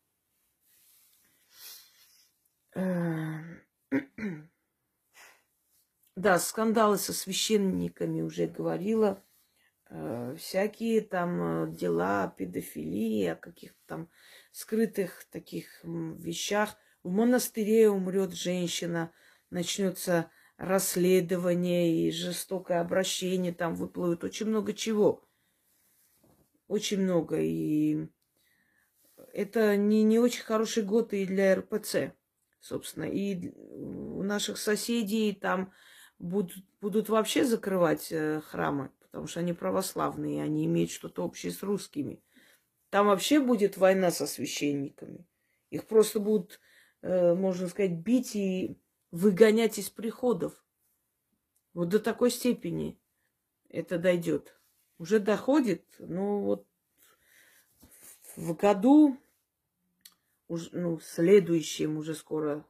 Да, скандалы со священниками уже говорила. Всякие там дела о педофилии, о каких-то там скрытых таких вещах. В монастыре умрет женщина, начнется расследование и жестокое обращение, там выплывет очень много чего. Очень много. И это не, не очень хороший год и для эр пэ цэ, собственно. И у наших соседей там будут, будут вообще закрывать храмы, потому что они православные, они имеют что-то общее с русскими. Там вообще будет война со священниками. Их просто будут, э, можно сказать, бить и выгонять из приходов. Вот до такой степени это дойдет. Уже доходит, но вот в году, уж, ну, следующем уже скоро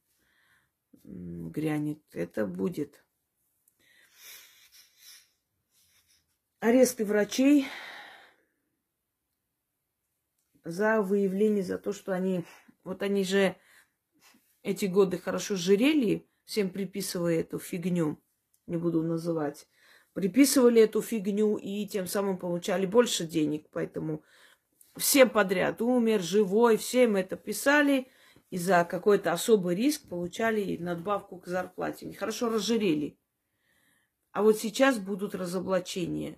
грянет, это будет. Аресты врачей за выявление, за то, что они... Вот они же эти годы хорошо жирели, всем приписывая эту фигню, не буду называть. Приписывали эту фигню и тем самым получали больше денег. Поэтому всем подряд, умер, живой, всем это писали. И за какой-то особый риск получали надбавку к зарплате. Хорошо разжирели. А вот сейчас будут разоблачения.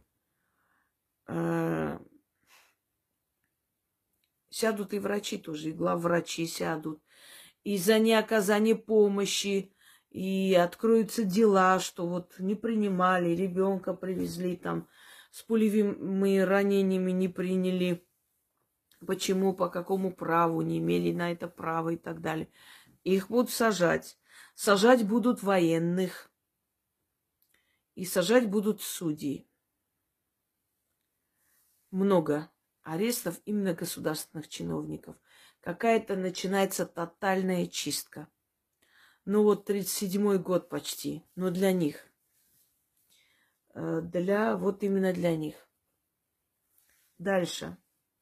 Сядут и врачи тоже, и главврачи сядут. И за неоказание помощи, и откроются дела, что вот не принимали, ребенка привезли там с пулевыми ранениями, не приняли. Почему, по какому праву, не имели на это права и так далее. Их будут сажать. Сажать будут военных. И сажать будут судьи. Много арестов именно государственных чиновников. Какая-то начинается тотальная чистка. Ну вот тридцать седьмой год почти. Но для них. Для, вот именно для них. Дальше.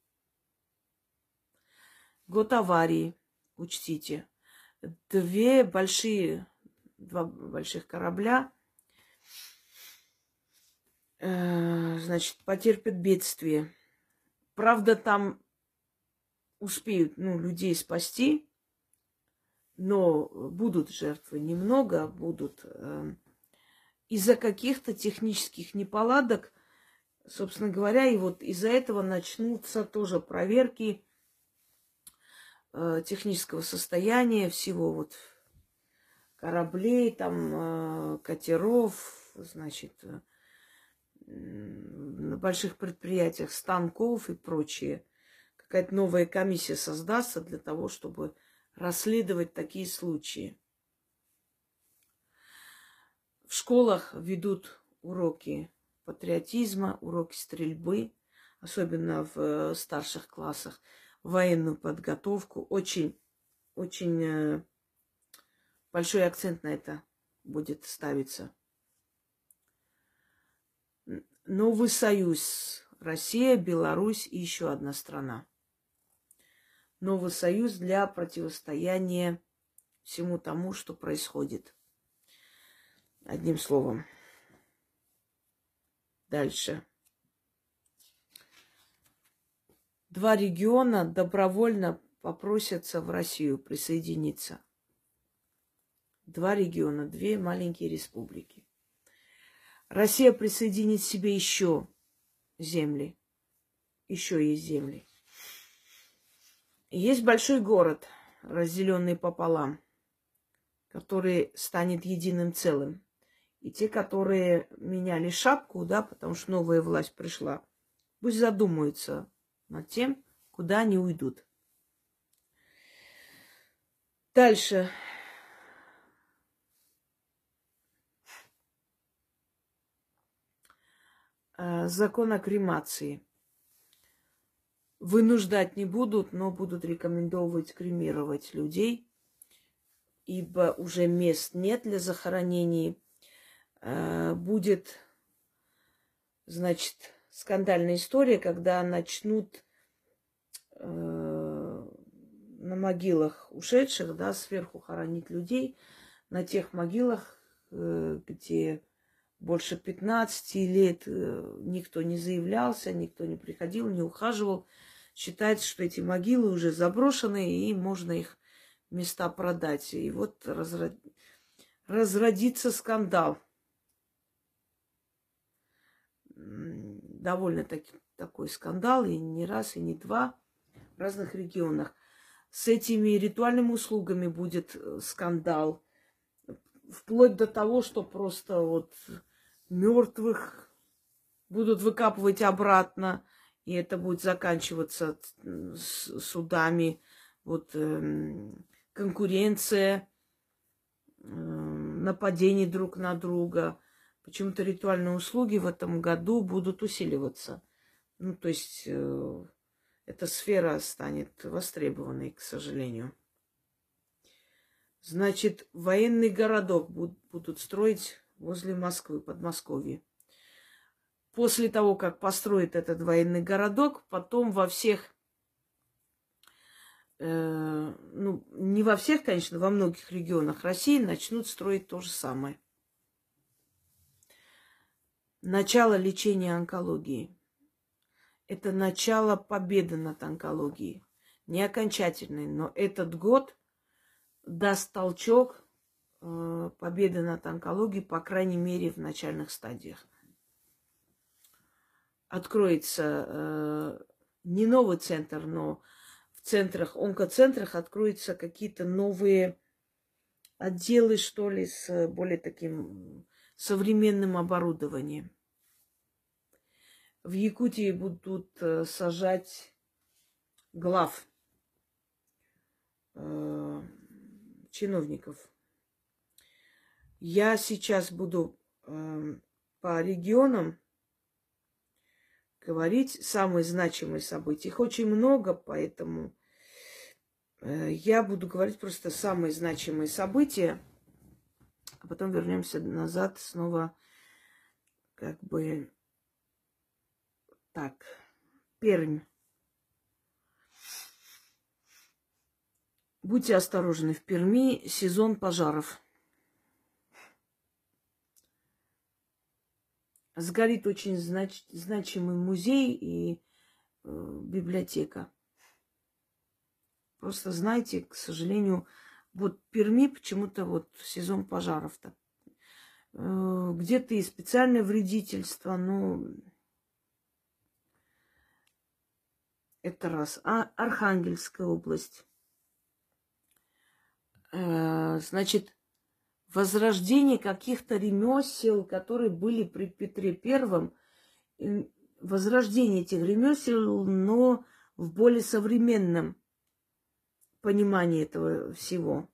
Год аварии. Учтите. Две большие, два больших корабля, э, значит, потерпят бедствие. Правда, там успеют, ну, людей спасти, но будут жертвы немного, будут. Э, из-за каких-то технических неполадок, собственно говоря, и вот из-за этого начнутся тоже проверки э, технического состояния всего вот кораблей, там, э, катеров, значит, э, на больших предприятиях, станков и прочее. Какая-то новая комиссия создастся для того, чтобы расследовать такие случаи. В школах ведут уроки патриотизма, уроки стрельбы, особенно в старших классах, военную подготовку. Очень, очень большой акцент на это будет ставиться. Новый союз. Россия, Беларусь и еще одна страна. Новый союз для противостояния всему тому, что происходит. Одним словом. Дальше. Два региона добровольно попросятся в Россию присоединиться. Два региона, две маленькие республики. Россия присоединит себе еще земли. Еще есть земли. Есть большой город, разделенный пополам, который станет единым целым. И те, которые меняли шапку, да, потому что новая власть пришла, пусть задумаются над тем, куда они уйдут. Дальше. Закон о кремации. Вынуждать не будут, но будут рекомендовать кремировать людей, ибо уже мест нет для захоронений. Будет, значит, скандальная история, когда начнут на могилах ушедших, да, сверху хоронить людей, на тех могилах, где больше пятнадцати лет никто не заявлялся, никто не приходил, не ухаживал. Считается, что эти могилы уже заброшены, и можно их места продать. И вот разрод... разродится скандал. Довольно-таки такой скандал, и не раз, и не два, в разных регионах. С этими ритуальными услугами будет скандал. Вплоть до того, что просто вот мертвых будут выкапывать обратно, и это будет заканчиваться судами. Вот э, конкуренция, э, нападение друг на друга. Почему-то ритуальные услуги в этом году будут усиливаться. Ну, то есть э, эта сфера станет востребованной, к сожалению. Значит, военный городок будут строить возле Москвы, Подмосковья. После того, как построят этот военный городок, потом во всех, э, ну, не во всех, конечно, во многих регионах России начнут строить то же самое. Начало лечения онкологии. Это начало победы над онкологией. Не окончательный, но этот год даст толчок э, победы над онкологией, по крайней мере, в начальных стадиях. Откроется э, не новый центр, но в центрах, онкоцентрах откроются какие-то новые отделы, что ли, с более таким современным оборудованием. В Якутии будут э, сажать глав, э, чиновников. Я сейчас буду э, по регионам говорить самые значимые события. Их очень много, поэтому э, я буду говорить просто самые значимые события, а потом вернемся назад снова, как бы так. Пермь. Будьте осторожны, в Перми сезон пожаров. Сгорит очень знач... значимый музей и э, библиотека. Просто знайте, к сожалению, вот Перми почему-то вот сезон пожаров-то. Э, где-то и специальное вредительство, но это раз. А Архангельская область. Э, значит, возрождение каких-то ремесел, которые были при Петре Первом, возрождение этих ремесел, но в более современном понимании этого всего.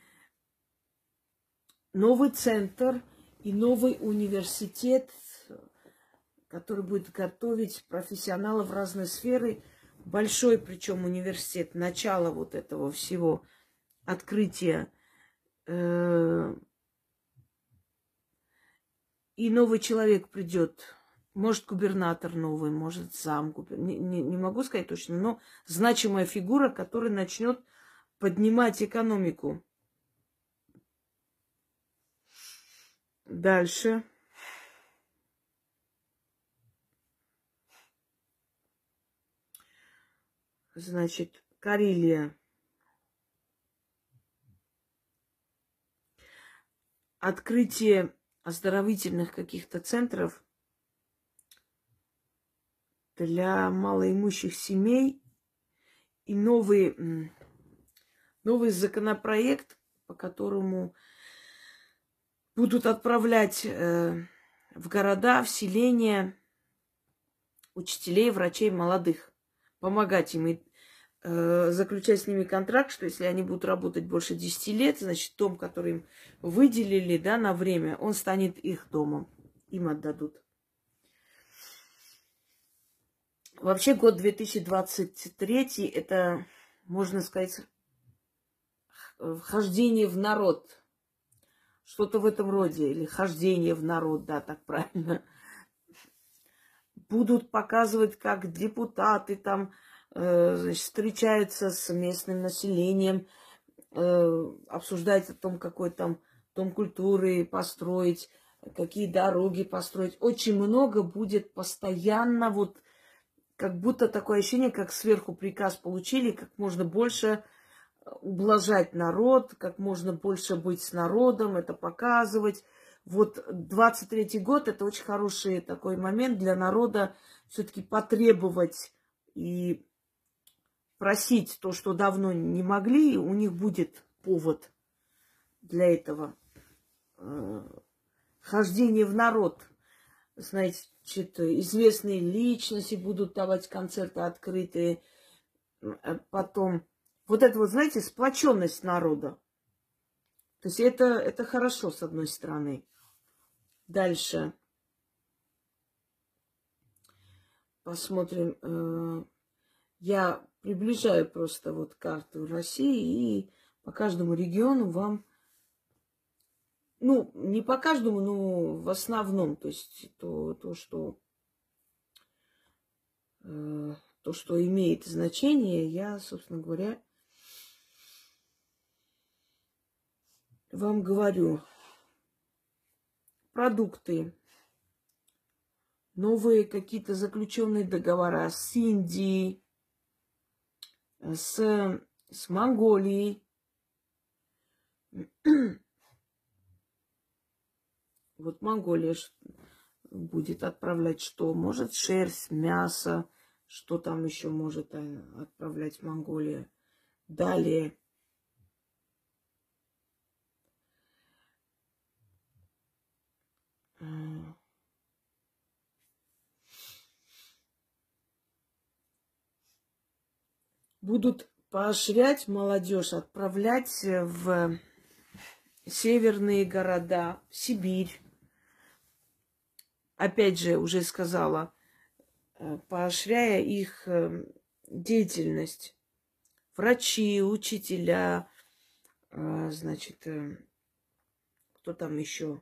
Новый центр и новый университет, который будет готовить профессионалов в разные сферы. Большой, причем университет, начало вот этого всего открытия. И новый человек придет. Может, губернатор новый, может, зам губернатора. Не, не, не могу сказать точно, но значимая фигура, которая начнет поднимать экономику. Дальше. Значит, Карелия. Открытие оздоровительных каких-то центров для малоимущих семей и новый, новый законопроект, по которому будут отправлять э, в города, в селения учителей, врачей молодых, помогать им и э, заключать с ними контракт, что если они будут работать больше десяти лет, значит, дом, который им выделили, да, на время, он станет их домом, им отдадут. Вообще год две тысячи двадцать третий, это, можно сказать, вхождение в народ. Что-то в этом роде. Или хождение в народ, да, так правильно. Будут показывать, как депутаты там э, значит, встречаются с местным населением, э, обсуждать о том, какой там дом культуры построить, какие дороги построить. Очень много будет постоянно вот как будто такое ощущение, как сверху приказ получили, как можно больше ублажать народ, как можно больше быть с народом, это показывать. Вот двадцать третий год – это очень хороший такой момент для народа все-таки потребовать и просить то, что давно не могли, у них будет повод для этого. Хождение в народ. Знаете, известные личности будут давать концерты открытые. Потом вот это вот, знаете, сплоченность народа. То есть это, это хорошо, с одной стороны. Дальше. Посмотрим. Я приближаю просто вот карту России и по каждому региону вам, ну, не по каждому, но в основном, то есть то, то что, э, то, что имеет значение, я, собственно говоря, вам говорю. Продукты, новые какие-то заключенные договора с Индией, с, с Монголией. Вот Монголия будет отправлять что? Может, шерсть, мясо, что там еще может отправлять Монголия. Далее. Будут поощрять молодежь, отправлять в северные города, в Сибирь. Опять же, уже сказала, поощряя их деятельность. Врачи, учителя, значит, кто там еще?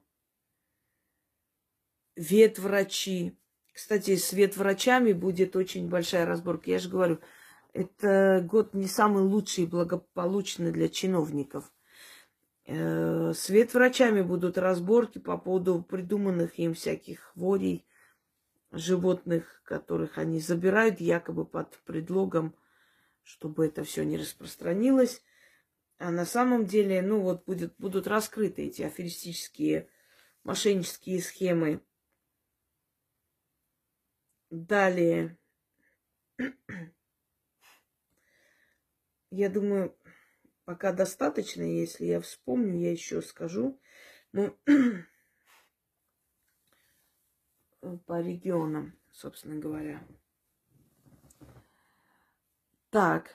Ветврачи. Кстати, с ветврачами будет очень большая разборка. Я же говорю, это год не самый лучший и благополучный для чиновников. С ветврачами будут разборки по поводу придуманных им всяких хворей, животных, которых они забирают якобы под предлогом, чтобы это все не распространилось. А на самом деле, ну вот, будет, будут раскрыты эти аферистические, мошеннические схемы. Далее. Я думаю, пока достаточно, если я вспомню, я еще скажу. Ну, по регионам, собственно говоря. Так.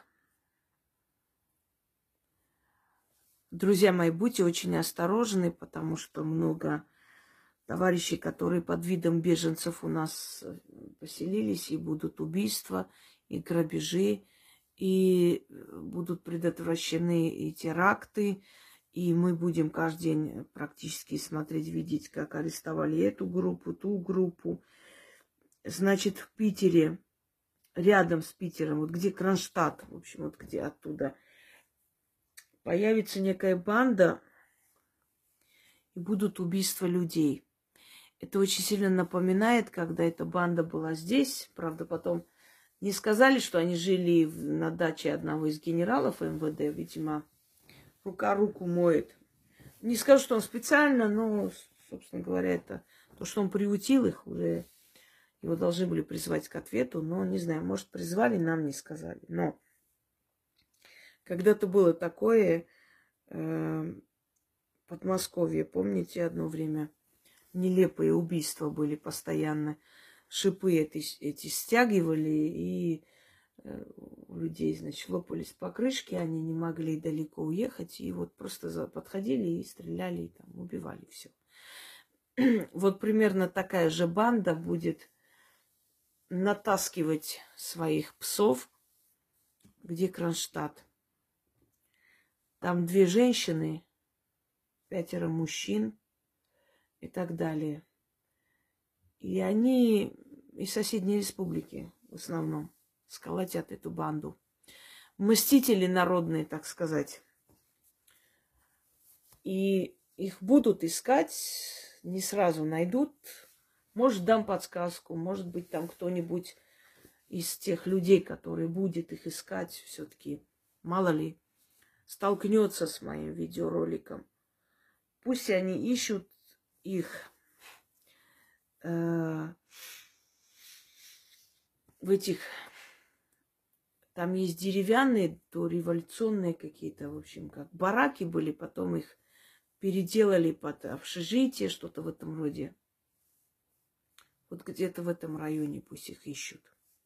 Друзья мои, будьте очень осторожны, потому что много товарищей, которые под видом беженцев у нас поселились, и будут убийства, и грабежи, и будут предотвращены и теракты, и мы будем каждый день практически смотреть, видеть, как арестовали эту группу, ту группу. Значит, в Питере, рядом с Питером, вот где Кронштадт, в общем, вот где оттуда, появится некая банда, и будут убийства людей. Это очень сильно напоминает, когда эта банда была здесь. Правда, потом не сказали, что они жили на даче одного из генералов эм вэ дэ. Видимо, рука руку моет. Не скажу, что он специально, но, собственно говоря, это то, что он приутил их, уже его должны были призвать к ответу. Но, не знаю, может, призвали, нам не сказали. Но когда-то было такое э, Подмосковье, помните, одно время нелепые убийства были постоянно. Шипы эти, эти стягивали, и э, у людей, значит, лопались покрышки, они не могли далеко уехать, и вот просто подходили и стреляли, и там убивали все. Вот примерно такая же банда будет натаскивать своих псов, где Кронштадт. Там две женщины, пятеро мужчин и так далее. И они из соседней республики в основном сколотят эту банду. Мстители народные, так сказать. И их будут искать, не сразу найдут. Может, дам подсказку, может быть, там кто-нибудь из тех людей, который будет их искать, все-таки, мало ли, столкнется с моим видеороликом. Пусть они ищут их э, в этих... Там есть деревянные, дореволюционные какие-то, в общем, как бараки были, потом их переделали под общежитие, что-то в этом роде. Вот где-то в этом районе пусть их ищут.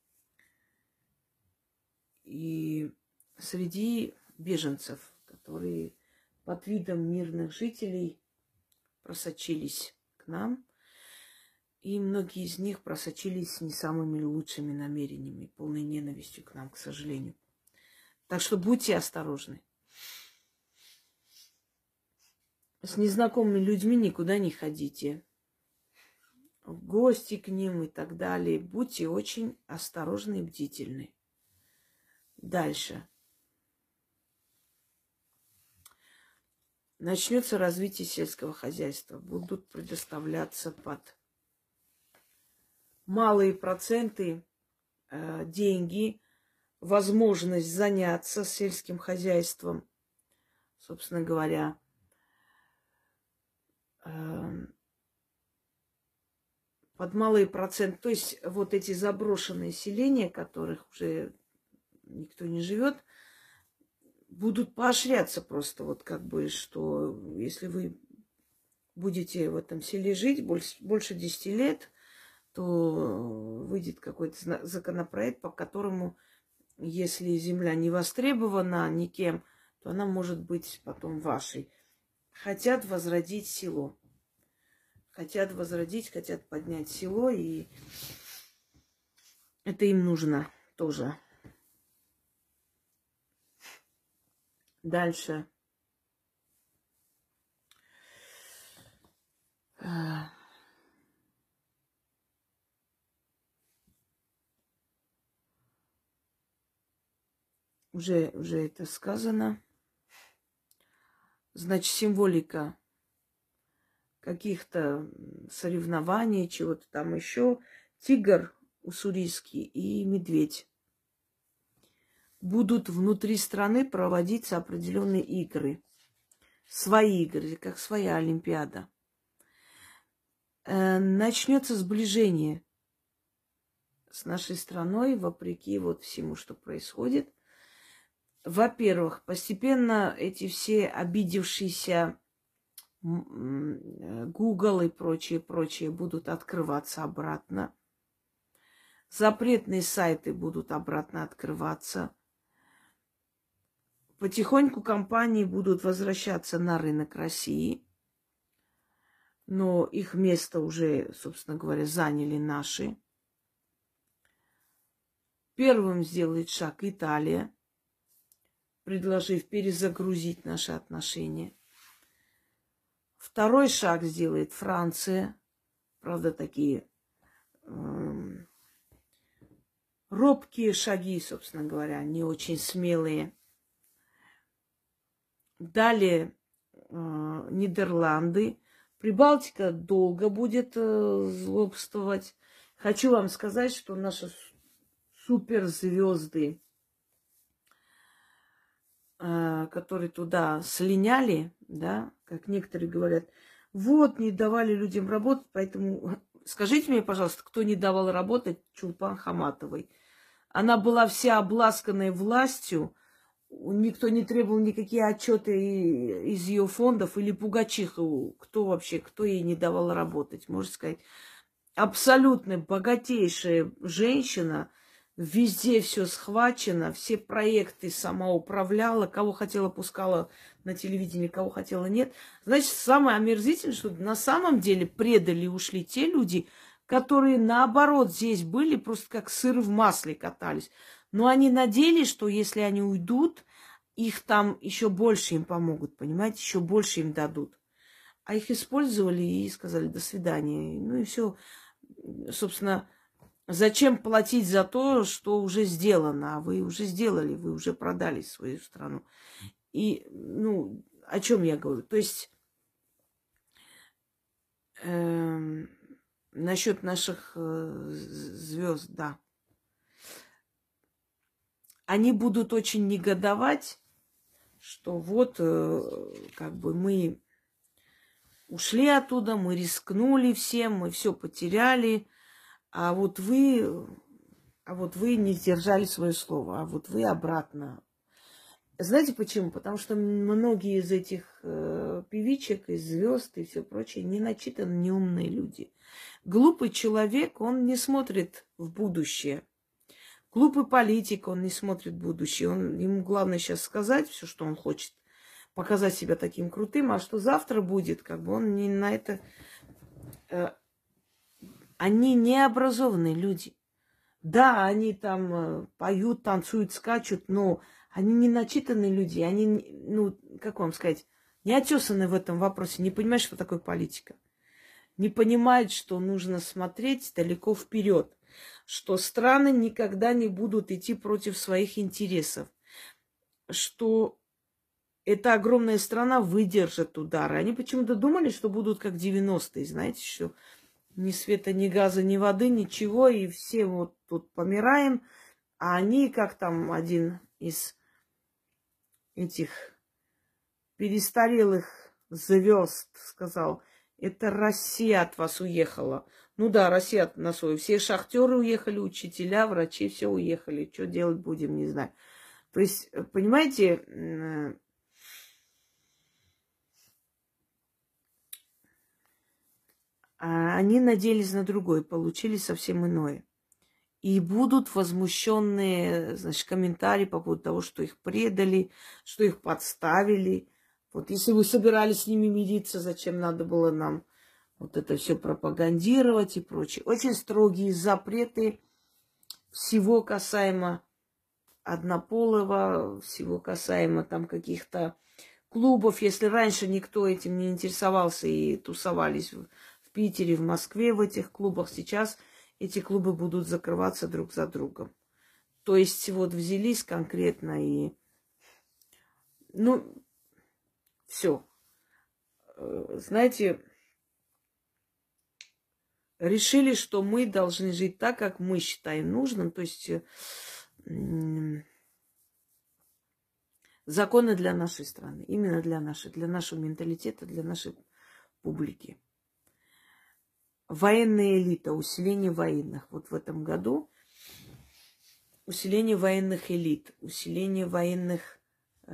И среди беженцев, которые под видом мирных жителей просочились к нам, И многие из них просочились не самыми лучшими намерениями, полной ненавистью к нам, к сожалению. Так что будьте осторожны. С незнакомыми людьми никуда не ходите. В гости к ним и так далее. Будьте очень осторожны и бдительны. Дальше. Начнется развитие сельского хозяйства. Будут предоставляться под малые проценты э, деньги, возможность заняться сельским хозяйством. Собственно говоря, э, под малые проценты. То есть вот эти заброшенные селения, которых уже никто не живет, будут поощряться просто, вот как бы, что если вы будете в этом селе жить больше, больше десяти лет, то выйдет какой-то законопроект, по которому, если земля не востребована никем, то она может быть потом вашей. Хотят возродить село. Хотят возродить, хотят поднять село, и это им нужно тоже. Дальше. Уже, уже это сказано. Значит, символика каких-то соревнований, чего-то там еще. Тигр уссурийский и медведь будут внутри страны проводиться определенные игры. Свои игры, как своя Олимпиада. Э, начнется сближение с нашей страной, вопреки вот всему, что происходит. Во-первых, постепенно эти все обидевшиеся Google и прочие, прочие будут открываться обратно. Запретные сайты будут обратно открываться. Потихоньку компании будут возвращаться на рынок России. Но их место уже, собственно говоря, заняли наши. Первым сделает шаг Италия, предложив перезагрузить наши отношения. Второй шаг сделает Франция. Правда, такие э, робкие шаги, собственно говоря, не очень смелые. Далее э, Нидерланды. Прибалтика долго будет э, злобствовать. Хочу вам сказать, что наши суперзвезды, э, которые туда слиняли, да, как некоторые говорят, вот, не давали людям работать, поэтому скажите мне, пожалуйста, кто не давал работать Чулпан Хаматовой? Она была вся обласканная властью, никто не требовал никакие отчеты из ее фондов, или Пугачиху, кто вообще, кто ей не давал работать, можно сказать. Абсолютно богатейшая женщина, везде все схвачено, все проекты сама управляла, кого хотела пускала на телевидение, кого хотела нет. Значит, самое омерзительное, что на самом деле предали и ушли те люди, которые наоборот здесь были, просто как сыр в масле катались. Но они надеялись, что если они уйдут, их там еще больше им помогут, понимаете, еще больше им дадут. А их использовали и сказали до свидания. Ну и все. Собственно, зачем платить за то, что уже сделано? А вы уже сделали, вы уже продали свою страну. И, ну, о чем я говорю? То есть, э, насчет наших э, звезд, да. Они будут очень негодовать, что вот, э, как бы мы ушли оттуда, мы рискнули всем, мы все потеряли, а вот вы, а вот вы не сдержали свое слово, а вот вы обратно. Знаете почему? Потому что многие из этих э, певичек, из звезд и все прочее не начитаны, не умные люди. Глупый человек, он не смотрит в будущее. Глупый политик, он не смотрит в будущее. Он, ему главное сейчас сказать все, что он хочет, показать себя таким крутым, а что завтра будет, как бы он не на это... Э, Они необразованные люди. Да, они там э, поют, танцуют, скачут, но они не начитанные люди. Они, ну, как вам сказать, не отесаны в этом вопросе, не понимают, что такое политика. Не понимают, что нужно смотреть далеко вперед, что страны никогда не будут идти против своих интересов, что эта огромная страна выдержит удары. Они почему-то думали, что будут как девяностые, знаете, что ни света, ни газа, ни воды, ничего, и все вот тут помираем, а они, как там один из этих перестарелых звезд сказал, это Россия от вас уехала. Ну да, Россия от нас уехала. Все шахтеры уехали, учителя, врачи, все уехали. Что делать будем, не знаю. То есть, понимаете, они надеялись на другое, получили совсем иное. И будут возмущенные, значит, комментарии по поводу того, что их предали, что их подставили. Вот если вы собирались с ними мириться, зачем надо было нам вот это все пропагандировать и прочее. Очень строгие запреты всего касаемо однополого, всего касаемо там каких-то клубов. Если раньше никто этим не интересовался и тусовались в, в Питере, в Москве в этих клубах, сейчас эти клубы будут закрываться друг за другом. То есть вот взялись конкретно и, ну, все. Знаете, решили, что мы должны жить так, как мы считаем нужным. То есть законы для нашей страны, именно для нашей, для нашего менталитета, для нашей публики. Военная элита, усиление военных. Вот в этом году усиление военных элит, усиление военных, э,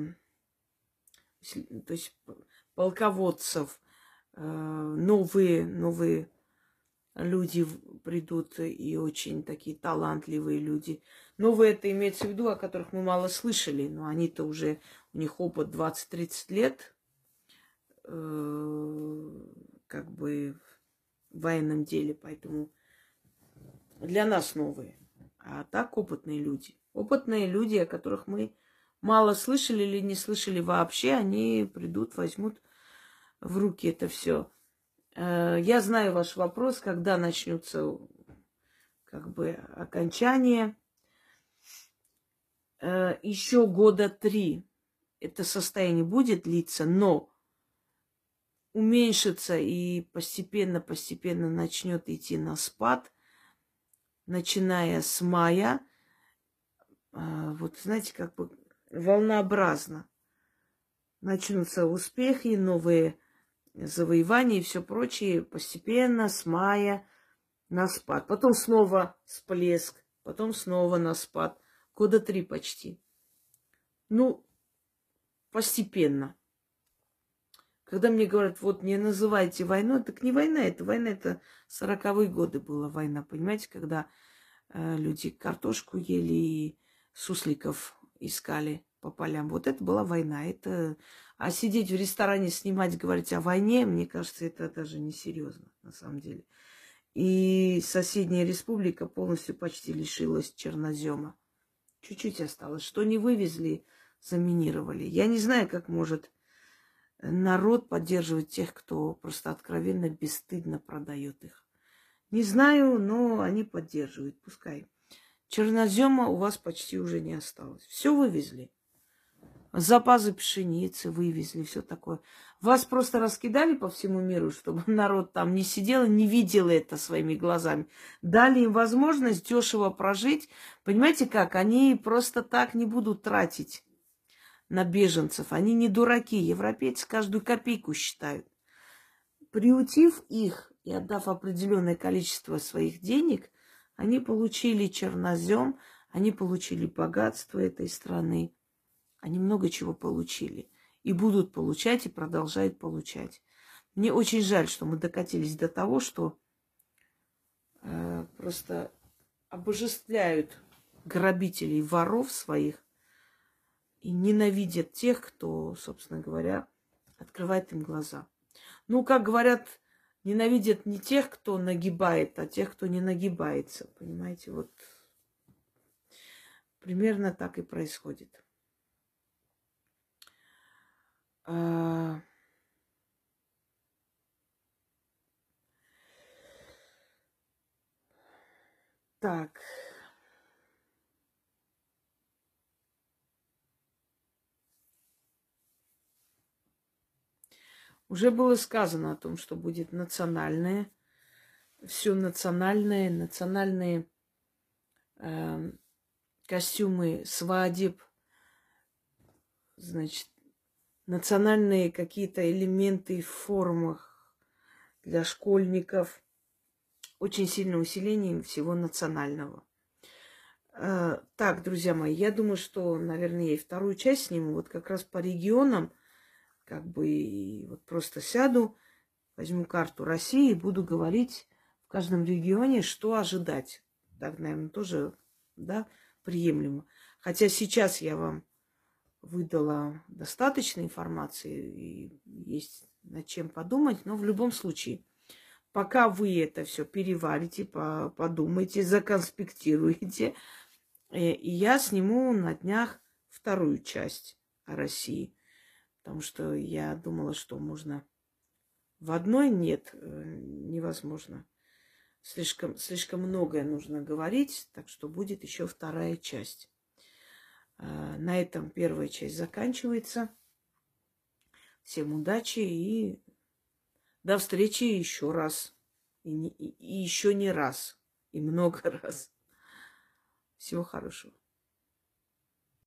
то есть полководцев, э, новые, новые люди придут и очень такие талантливые люди. Новые это имеется в виду, о которых мы мало слышали, но они-то уже, у них опыт двадцать-тридцать лет, э, как бы в военном деле, поэтому для нас новые. А так опытные люди. Опытные люди, о которых мы мало слышали или не слышали вообще, они придут, возьмут в руки это все. Я знаю ваш вопрос, когда начнется как бы окончание. Еще года три это состояние будет длиться, но уменьшится и постепенно-постепенно начнет идти на спад, начиная с мая. Вот знаете, как бы волнообразно начнутся успехи, новые завоевания и все прочее постепенно с мая на спад. Потом снова всплеск, потом снова на спад. Года три почти. Ну, постепенно. Когда мне говорят, вот не называйте войной, так не война, это война, это сороковые годы была война, понимаете, когда э, люди картошку ели и сусликов искали по полям. Вот это была война. Это... А сидеть в ресторане, снимать, говорить о войне, мне кажется, это даже несерьезно, на самом деле. И соседняя республика полностью почти лишилась чернозема. Чуть-чуть осталось. Что не вывезли, заминировали. Я не знаю, как может народ поддерживать тех, кто просто откровенно, бесстыдно продает их. Не знаю, но они поддерживают. Пускай. Чернозема у вас почти уже не осталось. Все вывезли. Запасы пшеницы вывезли, все такое. Вас просто раскидали по всему миру, чтобы народ там не сидел и не видел это своими глазами. Дали им возможность дешево прожить. Понимаете как? Они просто так не будут тратить на беженцев. Они не дураки. Европейцы каждую копейку считают. Приутив их и отдав определенное количество своих денег, они получили чернозем, они получили богатство этой страны. Они много чего получили. И будут получать, и продолжают получать. Мне очень жаль, что мы докатились до того, что э, просто обожествляют грабителей, воров своих и ненавидят тех, кто, собственно говоря, открывает им глаза. Ну, как говорят, ненавидят не тех, кто нагибает, а тех, кто не нагибается. Понимаете, вот примерно так и происходит. А... Так. Уже было сказано о том, что будет национальное, все национальное, национальные э, костюмы свадеб, значит, национальные какие-то элементы в формах для школьников. Очень сильное усиление всего национального. Э, так, друзья мои, я думаю, что, наверное, я и вторую часть сниму, вот как раз по регионам, как бы и вот просто сяду, возьму карту России и буду говорить в каждом регионе, что ожидать. Так, наверное, тоже, да, приемлемо. Хотя сейчас я вам выдала достаточно информации, и есть над чем подумать, но в любом случае, пока вы это все переварите, подумайте, законспектируете, и я сниму на днях вторую часть о России. Потому что я думала, что можно в одной. Нет, невозможно. Слишком, слишком многое нужно говорить, так что будет еще вторая часть. На этом первая часть заканчивается. Всем удачи и до встречи еще раз. И, не, и еще не раз. И много раз. Всего хорошего.